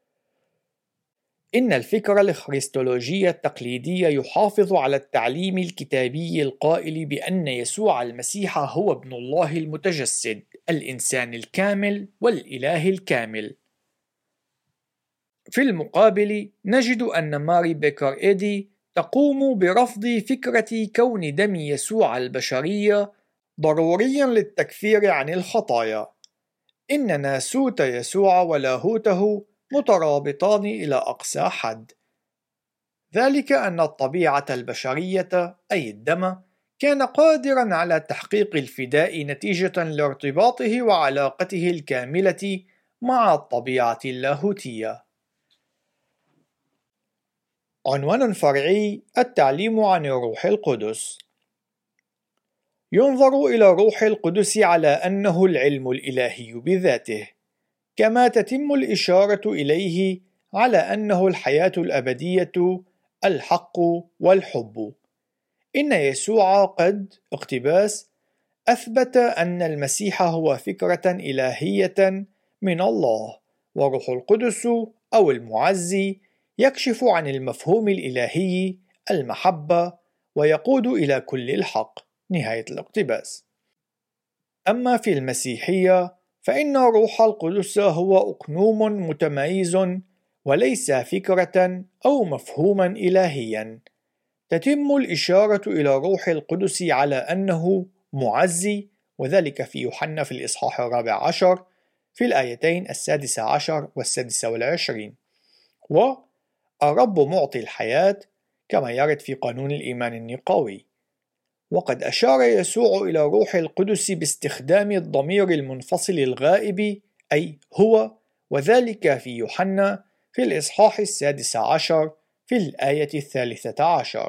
إن الفكر الخريستولوجي التقليدي يحافظ على التعليم الكتابي القائل بأن يسوع المسيح هو ابن الله المتجسد، الإنسان الكامل والإله الكامل. في المقابل نجد أن ماري بيكر إيدي تقوم برفض فكرة كون دم يسوع البشرية ضروريا للتكفير عن الخطايا. إن ناسوت يسوع ولاهوته مترابطان إلى أقصى حد، ذلك أن الطبيعة البشرية أي الدم كان قادرا على تحقيق الفداء نتيجة لارتباطه وعلاقته الكاملة مع الطبيعة اللاهوتية. عنوان فرعي: التعليم عن الروح القدس. ينظر إلى الروح القدس على أنه العلم الإلهي بذاته، كما تتم الإشارة إليه على أنه الحياة الأبدية، الحق والحب. إن يسوع قد اقتباس أثبت أن المسيح هو فكرة إلهية من الله، وروح القدس أو المعزي يكشف عن المفهوم الإلهي المحبة ويقود إلى كل الحق. نهاية الاقتباس. أما في المسيحية فإن روح القدس هو أقنوم متميز وليس فكرة أو مفهوما إلهيا. تتم الإشارة إلى روح القدس على أنه معزي، وذلك في يوحنا في الإصحاح الرابع عشر في الآيتين السادسة عشر والسادسة والعشرين، والرب معطي الحياة كما يرد في قانون الإيمان النقاوي. وقد أشار يسوع إلى روح القدس باستخدام الضمير المنفصل الغائب أي هو، وذلك في يوحنا في الإصحاح السادس عشر في الآية الثالثة عشر.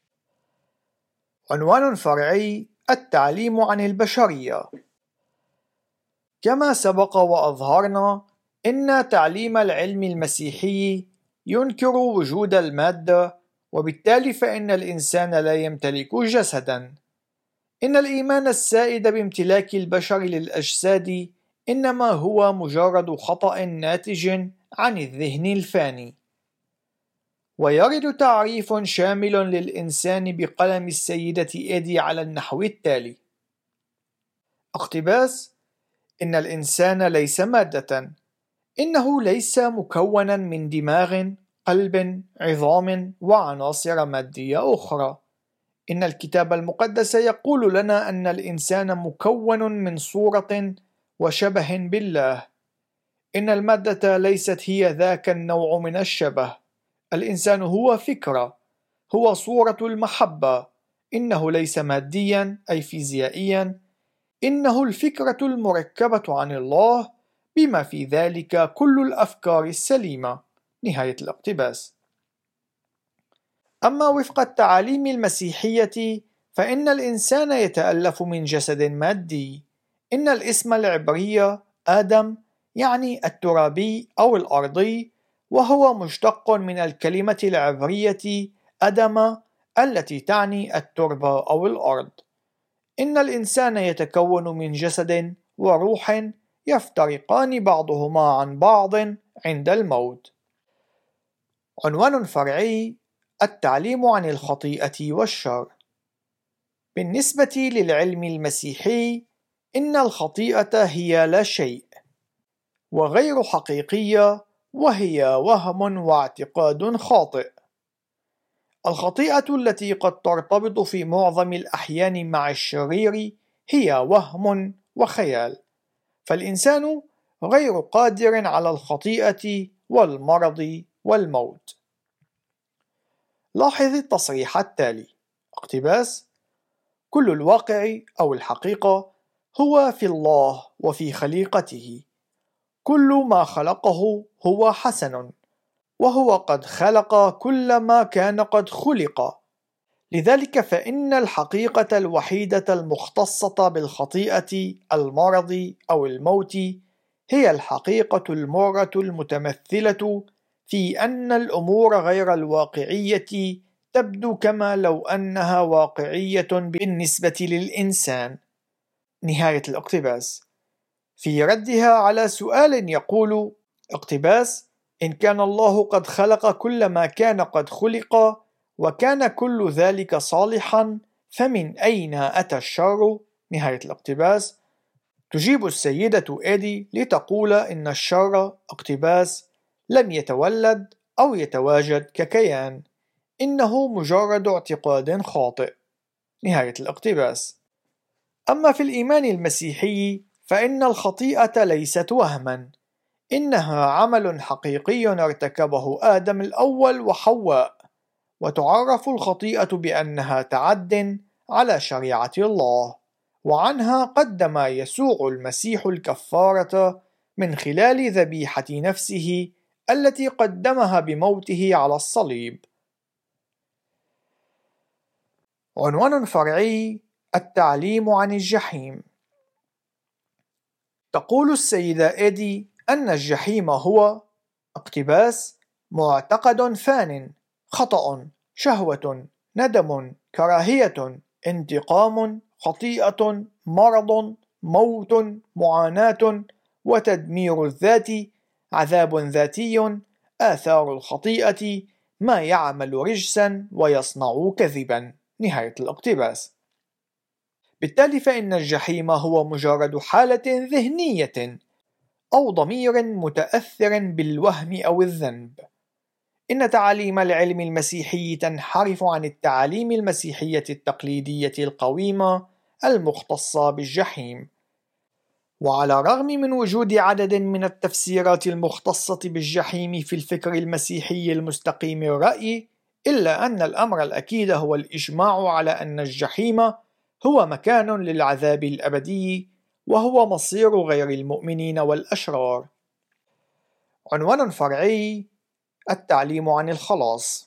عنوان فرعي: التعليم عن البشرية. كما سبق وأظهرنا، إن تعليم العلم المسيحي ينكر وجود المادة، وبالتالي فإن الإنسان لا يمتلك جسدا. إن الإيمان السائد بامتلاك البشر للأجساد إنما هو مجرد خطأ ناتج عن الذهن الفاني. ويرد تعريف شامل للإنسان بقلم السيدة إيدي على النحو التالي: اقتباس: إن الإنسان ليس مادة، إنه ليس مكونا من دماغ، قلب، عظام وعناصر مادية أخرى. إن الكتاب المقدس يقول لنا أن الإنسان مكون من صورة وشبه بالله. إن المادة ليست هي ذاك النوع من الشبه. الإنسان هو فكرة، هو صورة المحبة. إنه ليس ماديا أي فيزيائيا، إنه الفكرة المركبة عن الله، بما في ذلك كل الأفكار السليمة. نهاية الاقتباس. أما وفق التعاليم المسيحية فإن الإنسان يتألف من جسد مادي. إن الاسم العبري آدم يعني الترابي أو الأرضي، وهو مشتق من الكلمة العبرية أدم التي تعني التربة أو الأرض. إن الإنسان يتكون من جسد وروح يفترقان بعضهما عن بعض عند الموت. عنوان فرعي: التعليم عن الخطيئة والشر. بالنسبة للعلم المسيحي، إن الخطيئة هي لا شيء وغير حقيقية، وهي وهم واعتقاد خاطئ. الخطيئة التي قد ترتبط في معظم الأحيان مع الشرير هي وهم وخيال، فالإنسان غير قادر على الخطيئة والمرض والموت. لاحظ التصريح التالي: اقتباس: كل الواقع أو الحقيقة هو في الله وفي خليقته. كل ما خلقه هو حسن، وهو قد خلق كل ما كان قد خلق. لذلك فإن الحقيقة الوحيدة المختصة بالخطيئة، المرض أو الموت، هي الحقيقة المرة المتمثلة في أن الأمور غير الواقعية تبدو كما لو أنها واقعية بالنسبة للإنسان. نهاية الاقتباس. في ردها على سؤال يقول: اقتباس: إن كان الله قد خلق كل ما كان قد خلق، وكان كل ذلك صالحا، فمن أين أتى الشر؟ نهاية الاقتباس. تجيب السيدة إيدي لتقول إن الشر اقتباس لم يتولد أو يتواجد ككيان، إنه مجرد اعتقاد خاطئ. نهاية الاقتباس. أما في الإيمان المسيحي فإن الخطيئة ليست وهما، إنها عمل حقيقي ارتكبه آدم الأول وحواء، وتعرف الخطيئة بأنها تعد على شريعة الله، وعنها قدم يسوع المسيح الكفارة من خلال ذبيحة نفسه التي قدمها بموته على الصليب. عنوان فرعي: التعليم عن الجحيم. تقول السيدة إيدي أن الجحيم هو اقتباس معتقد فان، خطأ، شهوة، ندم، كراهية، انتقام، خطيئة، مرض، موت، معاناة، وتدمير الذات، عذاب ذاتي، آثار الخطيئة، ما يعمل رجسا ويصنع كذبا. نهاية الاقتباس. بالتالي فإن الجحيم هو مجرد حالة ذهنية أو ضمير متأثر بالوهم أو الذنب. إن تعاليم العلم المسيحي تنحرف عن التعاليم المسيحية التقليدية القويمة المختصة بالجحيم. وعلى الرغم من وجود عدد من التفسيرات المختصة بالجحيم في الفكر المسيحي المستقيم الرأي، إلا أن الأمر الأكيد هو الإجماع على أن الجحيم هو مكان للعذاب الأبدي، وهو مصير غير المؤمنين والأشرار. عنوان فرعي: التعليم عن الخلاص.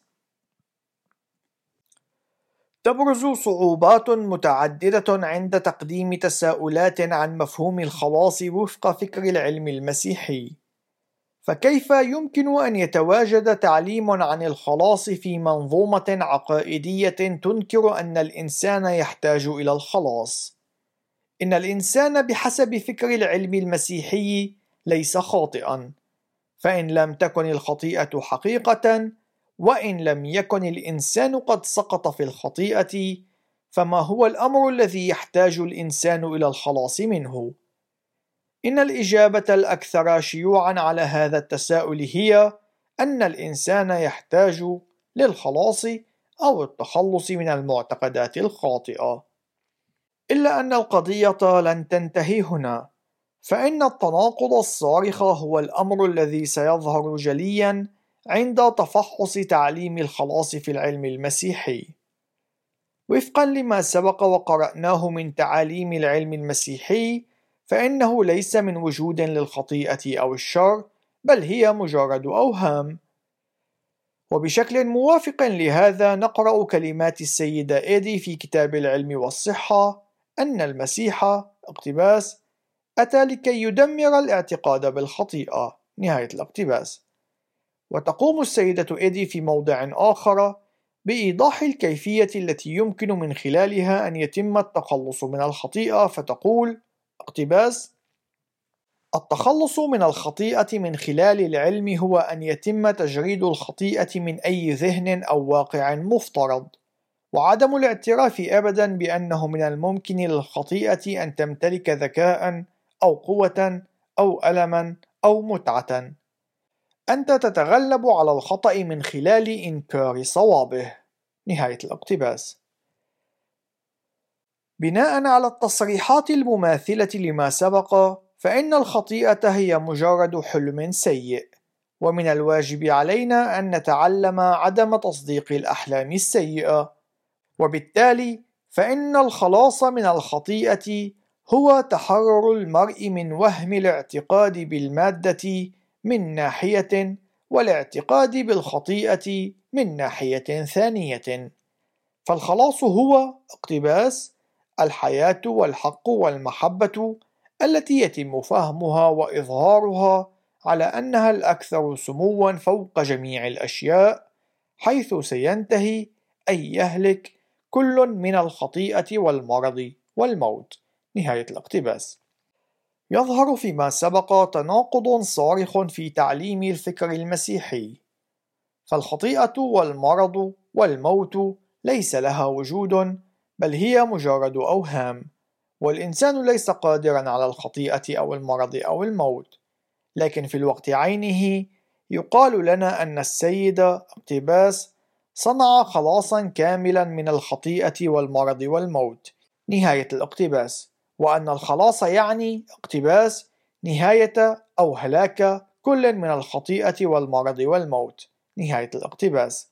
تبرز صعوبات متعددة عند تقديم تساؤلات عن مفهوم الخلاص وفق فكر العلم المسيحي. فكيف يمكن أن يتواجد تعليم عن الخلاص في منظومة عقائدية تنكر أن الإنسان يحتاج إلى الخلاص؟ إن الإنسان بحسب فكر العلم المسيحي ليس خاطئا، فإن لم تكن الخطيئة حقيقة، وإن لم يكن الإنسان قد سقط في الخطيئة، فما هو الأمر الذي يحتاج الإنسان إلى الخلاص منه؟ إن الإجابة الأكثر شيوعًا على هذا التساؤل هي أن الإنسان يحتاج للخلاص أو التخلص من المعتقدات الخاطئة. إلا أن القضية لن تنتهي هنا، فإن التناقض الصارخ هو الأمر الذي سيظهر جليًا عند تفحص تعليم الخلاص في العلم المسيحي. وفقًا لما سبق وقرأناه من تعاليم العلم المسيحي، فإنه ليس من وجود للخطيئة أو الشر، بل هي مجرد أوهام. وبشكل موافق لهذا نقرأ كلمات السيدة إيدي في كتاب العلم والصحة أن المسيح اقتباس أتى لكي يدمر الاعتقاد بالخطيئة نهاية الاقتباس. وتقوم السيدة إيدي في موضع آخر بإيضاح الكيفية التي يمكن من خلالها أن يتم التخلص من الخطيئة، فتقول اقتباس: التخلص من الخطيئة من خلال العلم هو أن يتم تجريد الخطيئة من أي ذهن أو واقع مفترض، وعدم الاعتراف أبدا بأنه من الممكن للخطيئة أن تمتلك ذكاء أو قوة أو ألما أو متعة. أنت تتغلب على الخطأ من خلال إنكار صوابه نهاية الاقتباس. بناء على التصريحات المماثلة لما سبق، فإن الخطيئة هي مجرد حلم سيء، ومن الواجب علينا أن نتعلم عدم تصديق الأحلام السيئة، وبالتالي فإن الخلاص من الخطيئة هو تحرر المرء من وهم الاعتقاد بالمادة من ناحية، والاعتقاد بالخطيئة من ناحية ثانية. فالخلاص هو اقتباس الحياة والحق والمحبة التي يتم فهمها وإظهارها على أنها الأكثر سموا فوق جميع الأشياء، حيث سينتهي أي يهلك كل من الخطيئة والمرض والموت نهاية الاقتباس. يظهر فيما سبق تناقض صارخ في تعليم الفكر المسيحي، فالخطيئة والمرض والموت ليس لها وجود، بل هي مجرد أوهام، والإنسان ليس قادرا على الخطيئة أو المرض أو الموت. لكن في الوقت عينه يقال لنا أن السيد اقتباس صنع خلاصا كاملا من الخطيئة والمرض والموت نهاية الاقتباس، وأن الخلاص يعني اقتباس نهاية أو هلاك كل من الخطيئة والمرض والموت نهاية الاقتباس.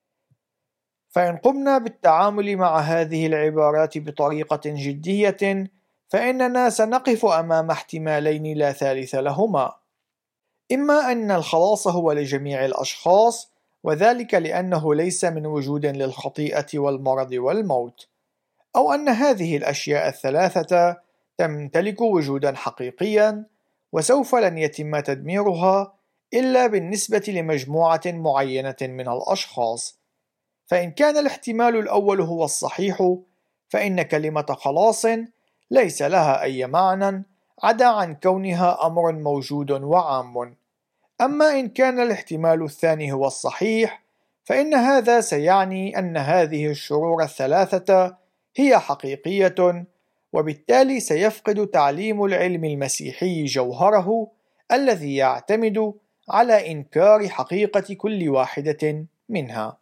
فإن قمنا بالتعامل مع هذه العبارات بطريقة جدية، فإننا سنقف أمام احتمالين لا ثالث لهما: إما أن الخلاص هو لجميع الأشخاص، وذلك لأنه ليس من وجود للخطيئة والمرض والموت، أو أن هذه الأشياء الثلاثة تمتلك وجودا حقيقيا، وسوف لن يتم تدميرها إلا بالنسبة لمجموعة معينة من الأشخاص. فإن كان الاحتمال الأول هو الصحيح، فإن كلمة خلاص ليس لها أي معنى عدا عن كونها أمر موجود وعام. أما إن كان الاحتمال الثاني هو الصحيح، فإن هذا سيعني أن هذه الشرور الثلاثة هي حقيقية، وبالتالي سيفقد تعليم العلم المسيحي جوهره الذي يعتمد على إنكار حقيقة كل واحدة منها.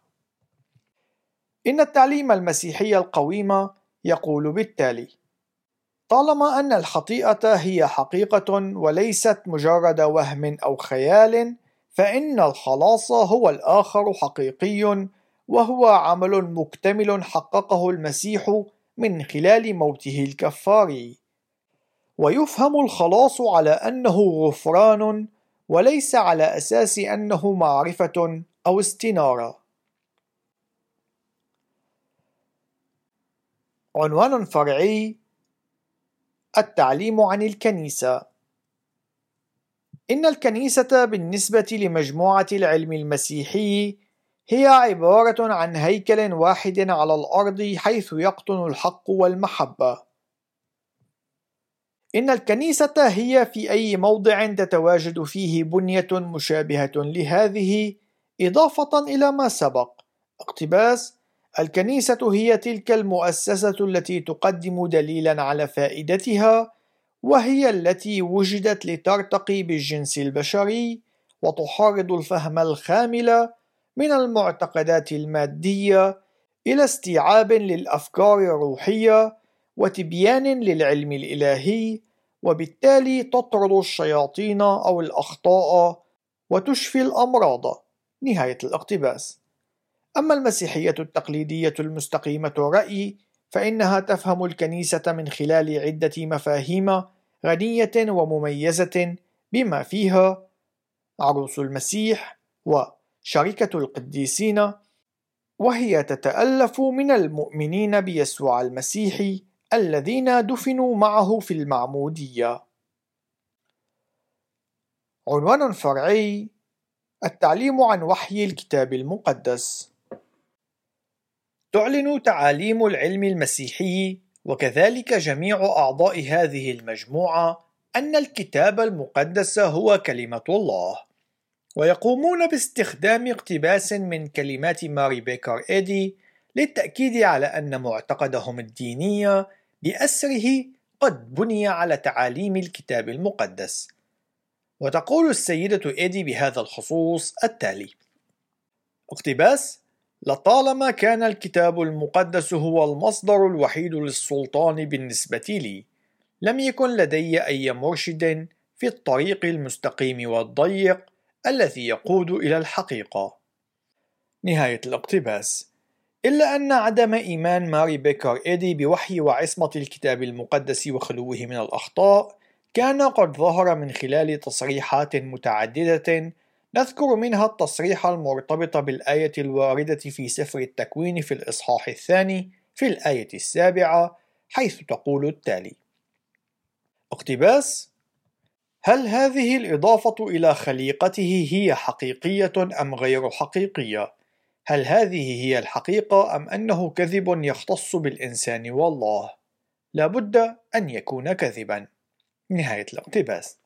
إن التعليم المسيحي القويم يقول بالتالي: طالما أن الخطيئة هي حقيقة وليست مجرد وهم أو خيال، فإن الخلاص هو الآخر حقيقي، وهو عمل مكتمل حققه المسيح من خلال موته الكفاري. ويفهم الخلاص على أنه غفران، وليس على أساس أنه معرفة أو استنارة. عنوان فرعي: التعليم عن الكنيسة. إن الكنيسة بالنسبة لمجموعة العلم المسيحي هي عبارة عن هيكل واحد على الأرض حيث يقطن الحق والمحبة. إن الكنيسة هي في أي موضع تتواجد فيه بنية مشابهة لهذه، إضافة إلى ما سبق اقتباس: الكنيسة هي تلك المؤسسة التي تقدم دليلا على فائدتها، وهي التي وجدت لترتقي بالجنس البشري وتحرض الفهم الخامل من المعتقدات المادية إلى استيعاب للأفكار الروحية وتبيان للعلم الإلهي، وبالتالي تطرد الشياطين أو الأخطاء وتشفي الأمراض. نهاية الاقتباس. أما المسيحية التقليدية المستقيمة الرأي فإنها تفهم الكنيسة من خلال عدة مفاهيم غنية ومميزة، بما فيها عروس المسيح وشركة القديسين، وهي تتألف من المؤمنين بيسوع المسيح الذين دفنوا معه في المعمودية. عنوان فرعي: التعليم عن وحي الكتاب المقدس. تعلن تعاليم العلم المسيحي وكذلك جميع أعضاء هذه المجموعة أن الكتاب المقدس هو كلمة الله، ويقومون باستخدام اقتباس من كلمات ماري بيكر إيدي للتأكيد على أن معتقدهم الديني بأسره قد بني على تعاليم الكتاب المقدس. وتقول السيدة إيدي بهذا الخصوص التالي: اقتباس: لطالما كان الكتاب المقدس هو المصدر الوحيد للسلطان بالنسبة لي، لم يكن لدي أي مرشد في الطريق المستقيم والضيق الذي يقود إلى الحقيقة. نهاية الاقتباس. إلا أن عدم إيمان ماري بيكر إيدي بوحي وعصمة الكتاب المقدس وخلوه من الأخطاء كان قد ظهر من خلال تصريحات متعددة، نذكر منها التصريح المرتبط بالآية الواردة في سفر التكوين في الإصحاح الثاني في الآية السابعة، حيث تقول التالي: اقتباس: هل هذه الإضافة إلى خليقته هي حقيقية أم غير حقيقية؟ هل هذه هي الحقيقة أم أنه كذب يختص بالإنسان والله؟ لا بد أن يكون كذبا. نهاية الاقتباس.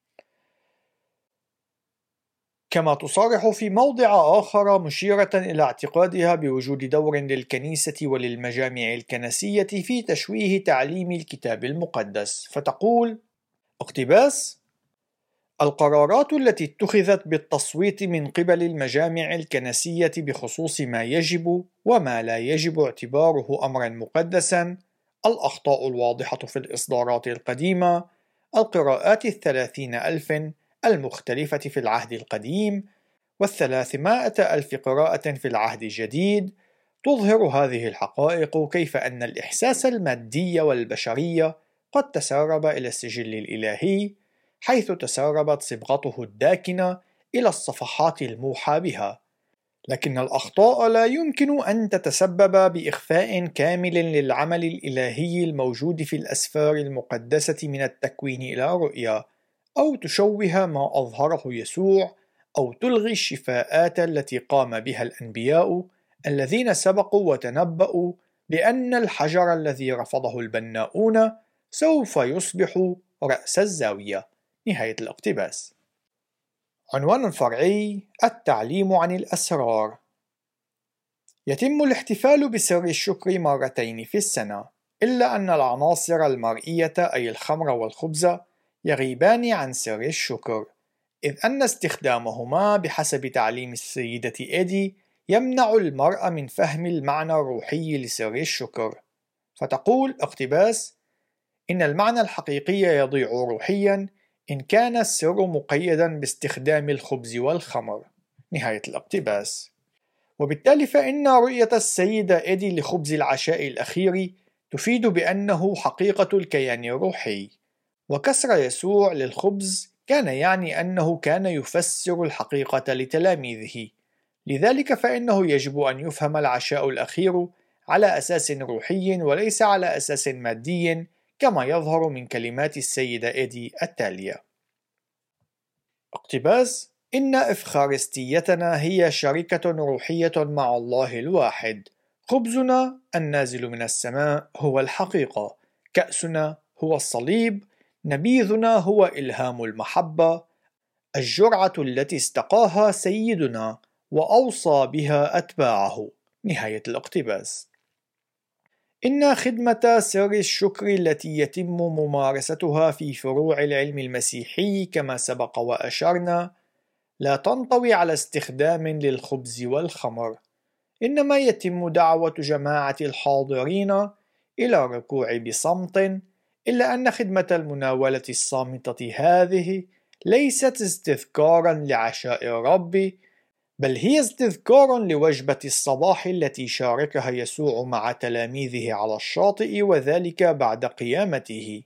كما تصرح في موضع آخر مشيرة إلى اعتقادها بوجود دور للكنيسة وللمجامع الكنسية في تشويه تعليم الكتاب المقدس، فتقول: اقتباس: القرارات التي اتخذت بالتصويت من قبل المجامع الكنسية بخصوص ما يجب وما لا يجب اعتباره أمرا مقدسا، الأخطاء الواضحة في الإصدارات القديمة، القراءات الثلاثين ألف المختلفة في العهد القديم، والثلاثمائة ألف قراءة في العهد الجديد، تظهر هذه الحقائق كيف أن الإحساس المادي والبشري قد تسرب إلى السجل الإلهي، حيث تسربت صبغته الداكنة إلى الصفحات الموحى بها، لكن الأخطاء لا يمكن أن تتسبب بإخفاء كامل للعمل الإلهي الموجود في الأسفار المقدسة من التكوين إلى رؤيا، أو تشوه ما أظهره يسوع، أو تلغي الشفاءات التي قام بها الأنبياء الذين سبقوا وتنبأوا بأن الحجر الذي رفضه البناؤون سوف يصبح رأس الزاوية. نهاية الاقتباس. عنوان فرعي: التعليم عن الأسرار. يتم الاحتفال بسر الشكر مرتين في السنة، إلا أن العناصر المرئية أي الخمر والخبز يغيبان عن سر الشكر، إذ أن استخدامهما بحسب تعليم السيدة إيدي يمنع المرء من فهم المعنى الروحي لسر الشكر. فتقول اقتباس: إن المعنى الحقيقي يضيع روحيا إن كان السر مقيدا باستخدام الخبز والخمر. نهاية الاقتباس. وبالتالي فإن رؤية السيدة إيدي لخبز العشاء الأخير تفيد بأنه حقيقة الكيان الروحي، وكسر يسوع للخبز كان يعني أنه كان يفسر الحقيقة لتلاميذه. لذلك فإنه يجب أن يفهم العشاء الأخير على أساس روحي وليس على أساس مادي، كما يظهر من كلمات السيدة إيدي التالية. اقتباس: إن إفخارستيتنا هي شركة روحية مع الله الواحد. خبزنا النازل من السماء هو الحقيقة، كأسنا هو الصليب، نبيذنا هو إلهام المحبة، الجرعة التي استقاها سيدنا وأوصى بها أتباعه. نهاية الاقتباس. إن خدمة سر الشكر التي يتم ممارستها في فروع العلم المسيحي كما سبق وأشرنا لا تنطوي على استخدام للخبز والخمر، إنما يتم دعوة جماعة الحاضرين إلى الركوع بصمت، إلا أن خدمة المناولة الصامتة هذه ليست استذكارا لعشاء الرب، بل هي استذكار لوجبة الصباح التي شاركها يسوع مع تلاميذه على الشاطئ، وذلك بعد قيامته.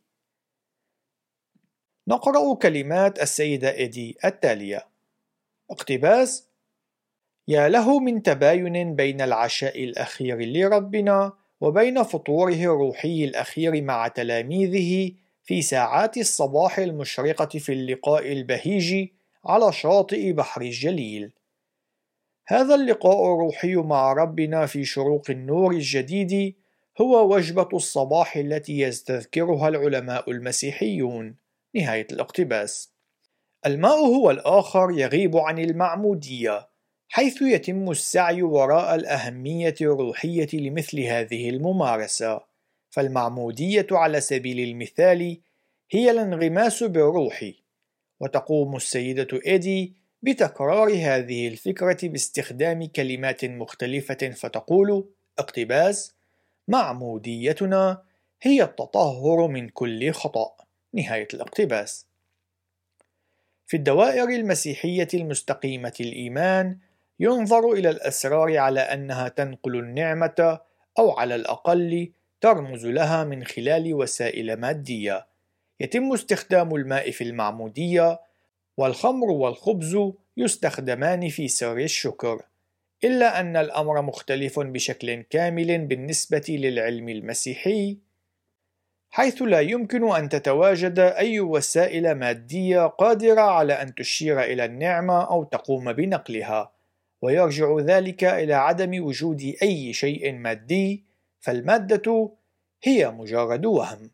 نقرأ كلمات السيدة إيدي التالية: اقتباس: يا له من تباين بين العشاء الأخير لربنا وبين فطوره الروحي الأخير مع تلاميذه في ساعات الصباح المشرقة في اللقاء البهيج على شاطئ بحر الجليل. هذا اللقاء الروحي مع ربنا في شروق النور الجديد هو وجبة الصباح التي يستذكرها العلماء المسيحيون. نهاية الاقتباس. الماء هو الآخر يغيب عن المعمودية، حيث يتم السعي وراء الأهمية الروحية لمثل هذه الممارسة، فالمعمودية على سبيل المثال هي الانغماس بالروح، وتقوم السيدة إيدي بتكرار هذه الفكرة باستخدام كلمات مختلفة فتقول: اقتباس: معموديتنا هي التطهر من كل خطأ. نهاية الاقتباس. في الدوائر المسيحية المستقيمة الإيمان ينظر إلى الأسرار على أنها تنقل النعمة، أو على الأقل ترمز لها من خلال وسائل مادية. يتم استخدام الماء في المعمودية، والخمر والخبز يستخدمان في سر الشكر، إلا أن الأمر مختلف بشكل كامل بالنسبة للعلم المسيحي، حيث لا يمكن أن تتواجد أي وسائل مادية قادرة على أن تشير إلى النعمة أو تقوم بنقلها، ويرجع ذلك إلى عدم وجود أي شيء مادي، فالمادة هي مجرد وهم.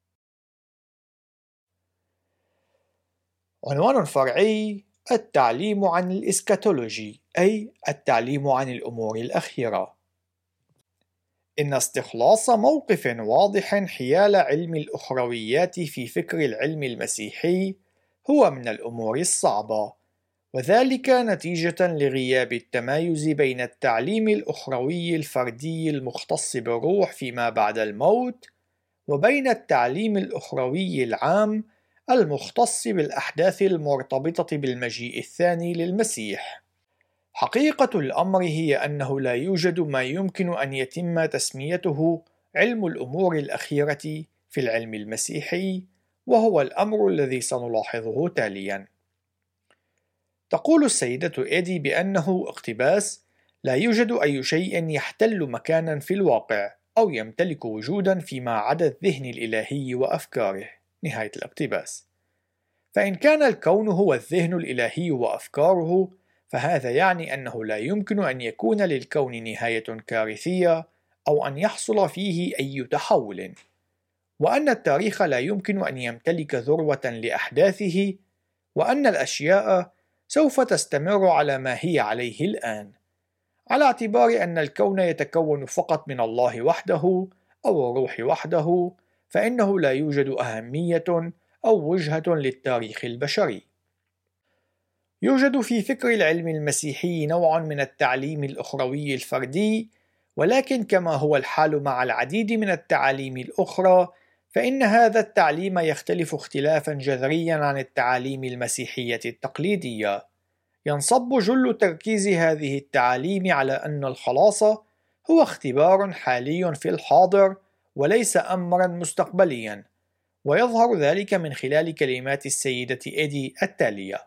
عنوان فرعي: التعليم عن الإسكاتولوجي، أي التعليم عن الأمور الأخيرة. إن استخلاص موقف واضح حيال علم الأخرويات في فكر العلم المسيحي هو من الأمور الصعبة، وذلك نتيجة لغياب التمايز بين التعليم الأخروي الفردي المختص بالروح فيما بعد الموت، وبين التعليم الأخروي العام المختص بالأحداث المرتبطة بالمجيء الثاني للمسيح. حقيقة الأمر هي أنه لا يوجد ما يمكن أن يتم تسميته علم الأمور الأخيرة في العلم المسيحي، وهو الأمر الذي سنلاحظه تالياً. تقول السيدة إيدي بأنه اقتباس: لا يوجد أي شيء يحتل مكاناً في الواقع أو يمتلك وجوداً فيما عدا الذهن الإلهي وأفكاره. نهاية الاقتباس. فإن كان الكون هو الذهن الإلهي وأفكاره، فهذا يعني أنه لا يمكن أن يكون للكون نهاية كارثية أو أن يحصل فيه أي تحول، وأن التاريخ لا يمكن أن يمتلك ذروة لأحداثه، وأن الأشياء سوف تستمر على ما هي عليه الآن، على اعتبار أن الكون يتكون فقط من الله وحده أو الروح وحده، فإنه لا يوجد أهمية أو وجهة للتاريخ البشري. يوجد في فكر العلم المسيحي نوع من التعليم الأخروي الفردي، ولكن كما هو الحال مع العديد من التعاليم الأخرى، فإن هذا التعليم يختلف اختلافا جذريا عن التعاليم المسيحية التقليدية. ينصب جل تركيز هذه التعاليم على أن الخلاص هو اختبار حالي في الحاضر وليس أمرا مستقبليا، ويظهر ذلك من خلال كلمات السيدة إيدي التالية: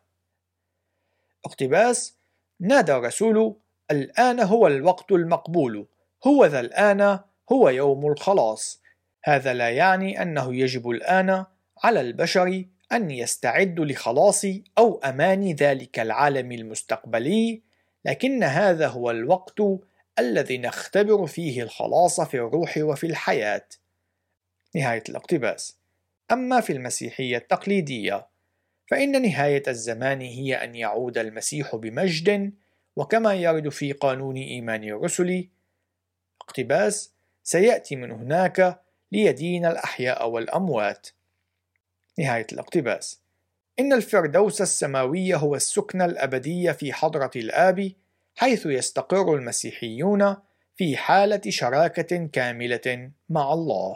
اقتباس: نادى الرسول: الآن هو الوقت المقبول، هو ذا الآن هو يوم الخلاص. هذا لا يعني أنه يجب الآن على البشر أن يستعدوا لخلاص أو أمان ذلك العالم المستقبلي، لكن هذا هو الوقت الذي نختبر فيه الخلاص في الروح وفي الحياة. نهاية الاقتباس. أما في المسيحية التقليدية، فإن نهاية الزمان هي أن يعود المسيح بمجد، وكما يرد في قانون إيمان الرسل: اقتباس: سيأتي من هناك ليدين الأحياء والأموات. نهاية الاقتباس. إن الفردوس السماوي هو السكنى الأبدي في حضرة الآب، حيث يستقر المسيحيون في حالة شراكة كاملة مع الله.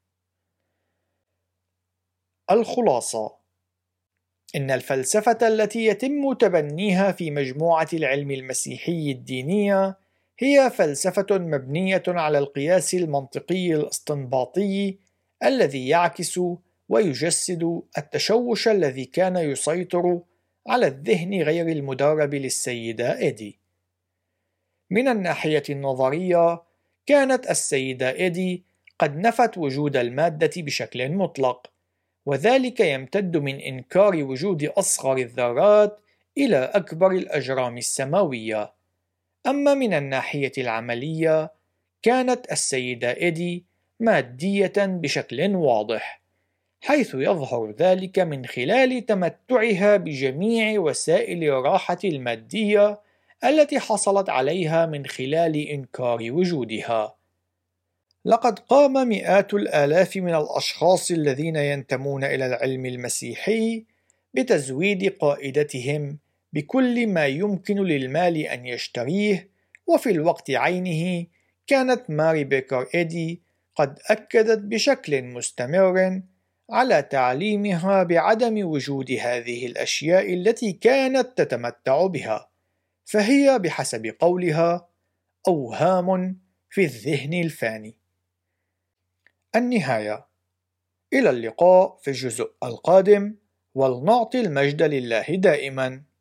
الخلاصة: إن الفلسفة التي يتم تبنيها في مجموعة العلم المسيحي الدينية هي فلسفة مبنية على القياس المنطقي الاستنباطي الذي يعكس ويجسد التشوش الذي كان يسيطر على الذهن غير المدرب للسيدة إيدي. من الناحية النظرية، كانت السيدة إيدي قد نفت وجود المادة بشكل مطلق، وذلك يمتد من إنكار وجود أصغر الذرات إلى أكبر الأجرام السماوية. أما من الناحية العملية، كانت السيدة إيدي مادية بشكل واضح، حيث يظهر ذلك من خلال تمتعها بجميع وسائل الراحة المادية التي حصلت عليها من خلال إنكار وجودها. لقد قام مئات الآلاف من الأشخاص الذين ينتمون إلى العلم المسيحي بتزويد قائدتهم بكل ما يمكن للمال أن يشتريه، وفي الوقت عينه كانت ماري بيكر إيدي قد أكدت بشكل مستمر على تعليمها بعدم وجود هذه الأشياء التي كانت تتمتع بها، فهي بحسب قولها أوهام في الذهن الفاني. النهاية. إلى اللقاء في الجزء القادم، ولنعطي المجد لله دائما.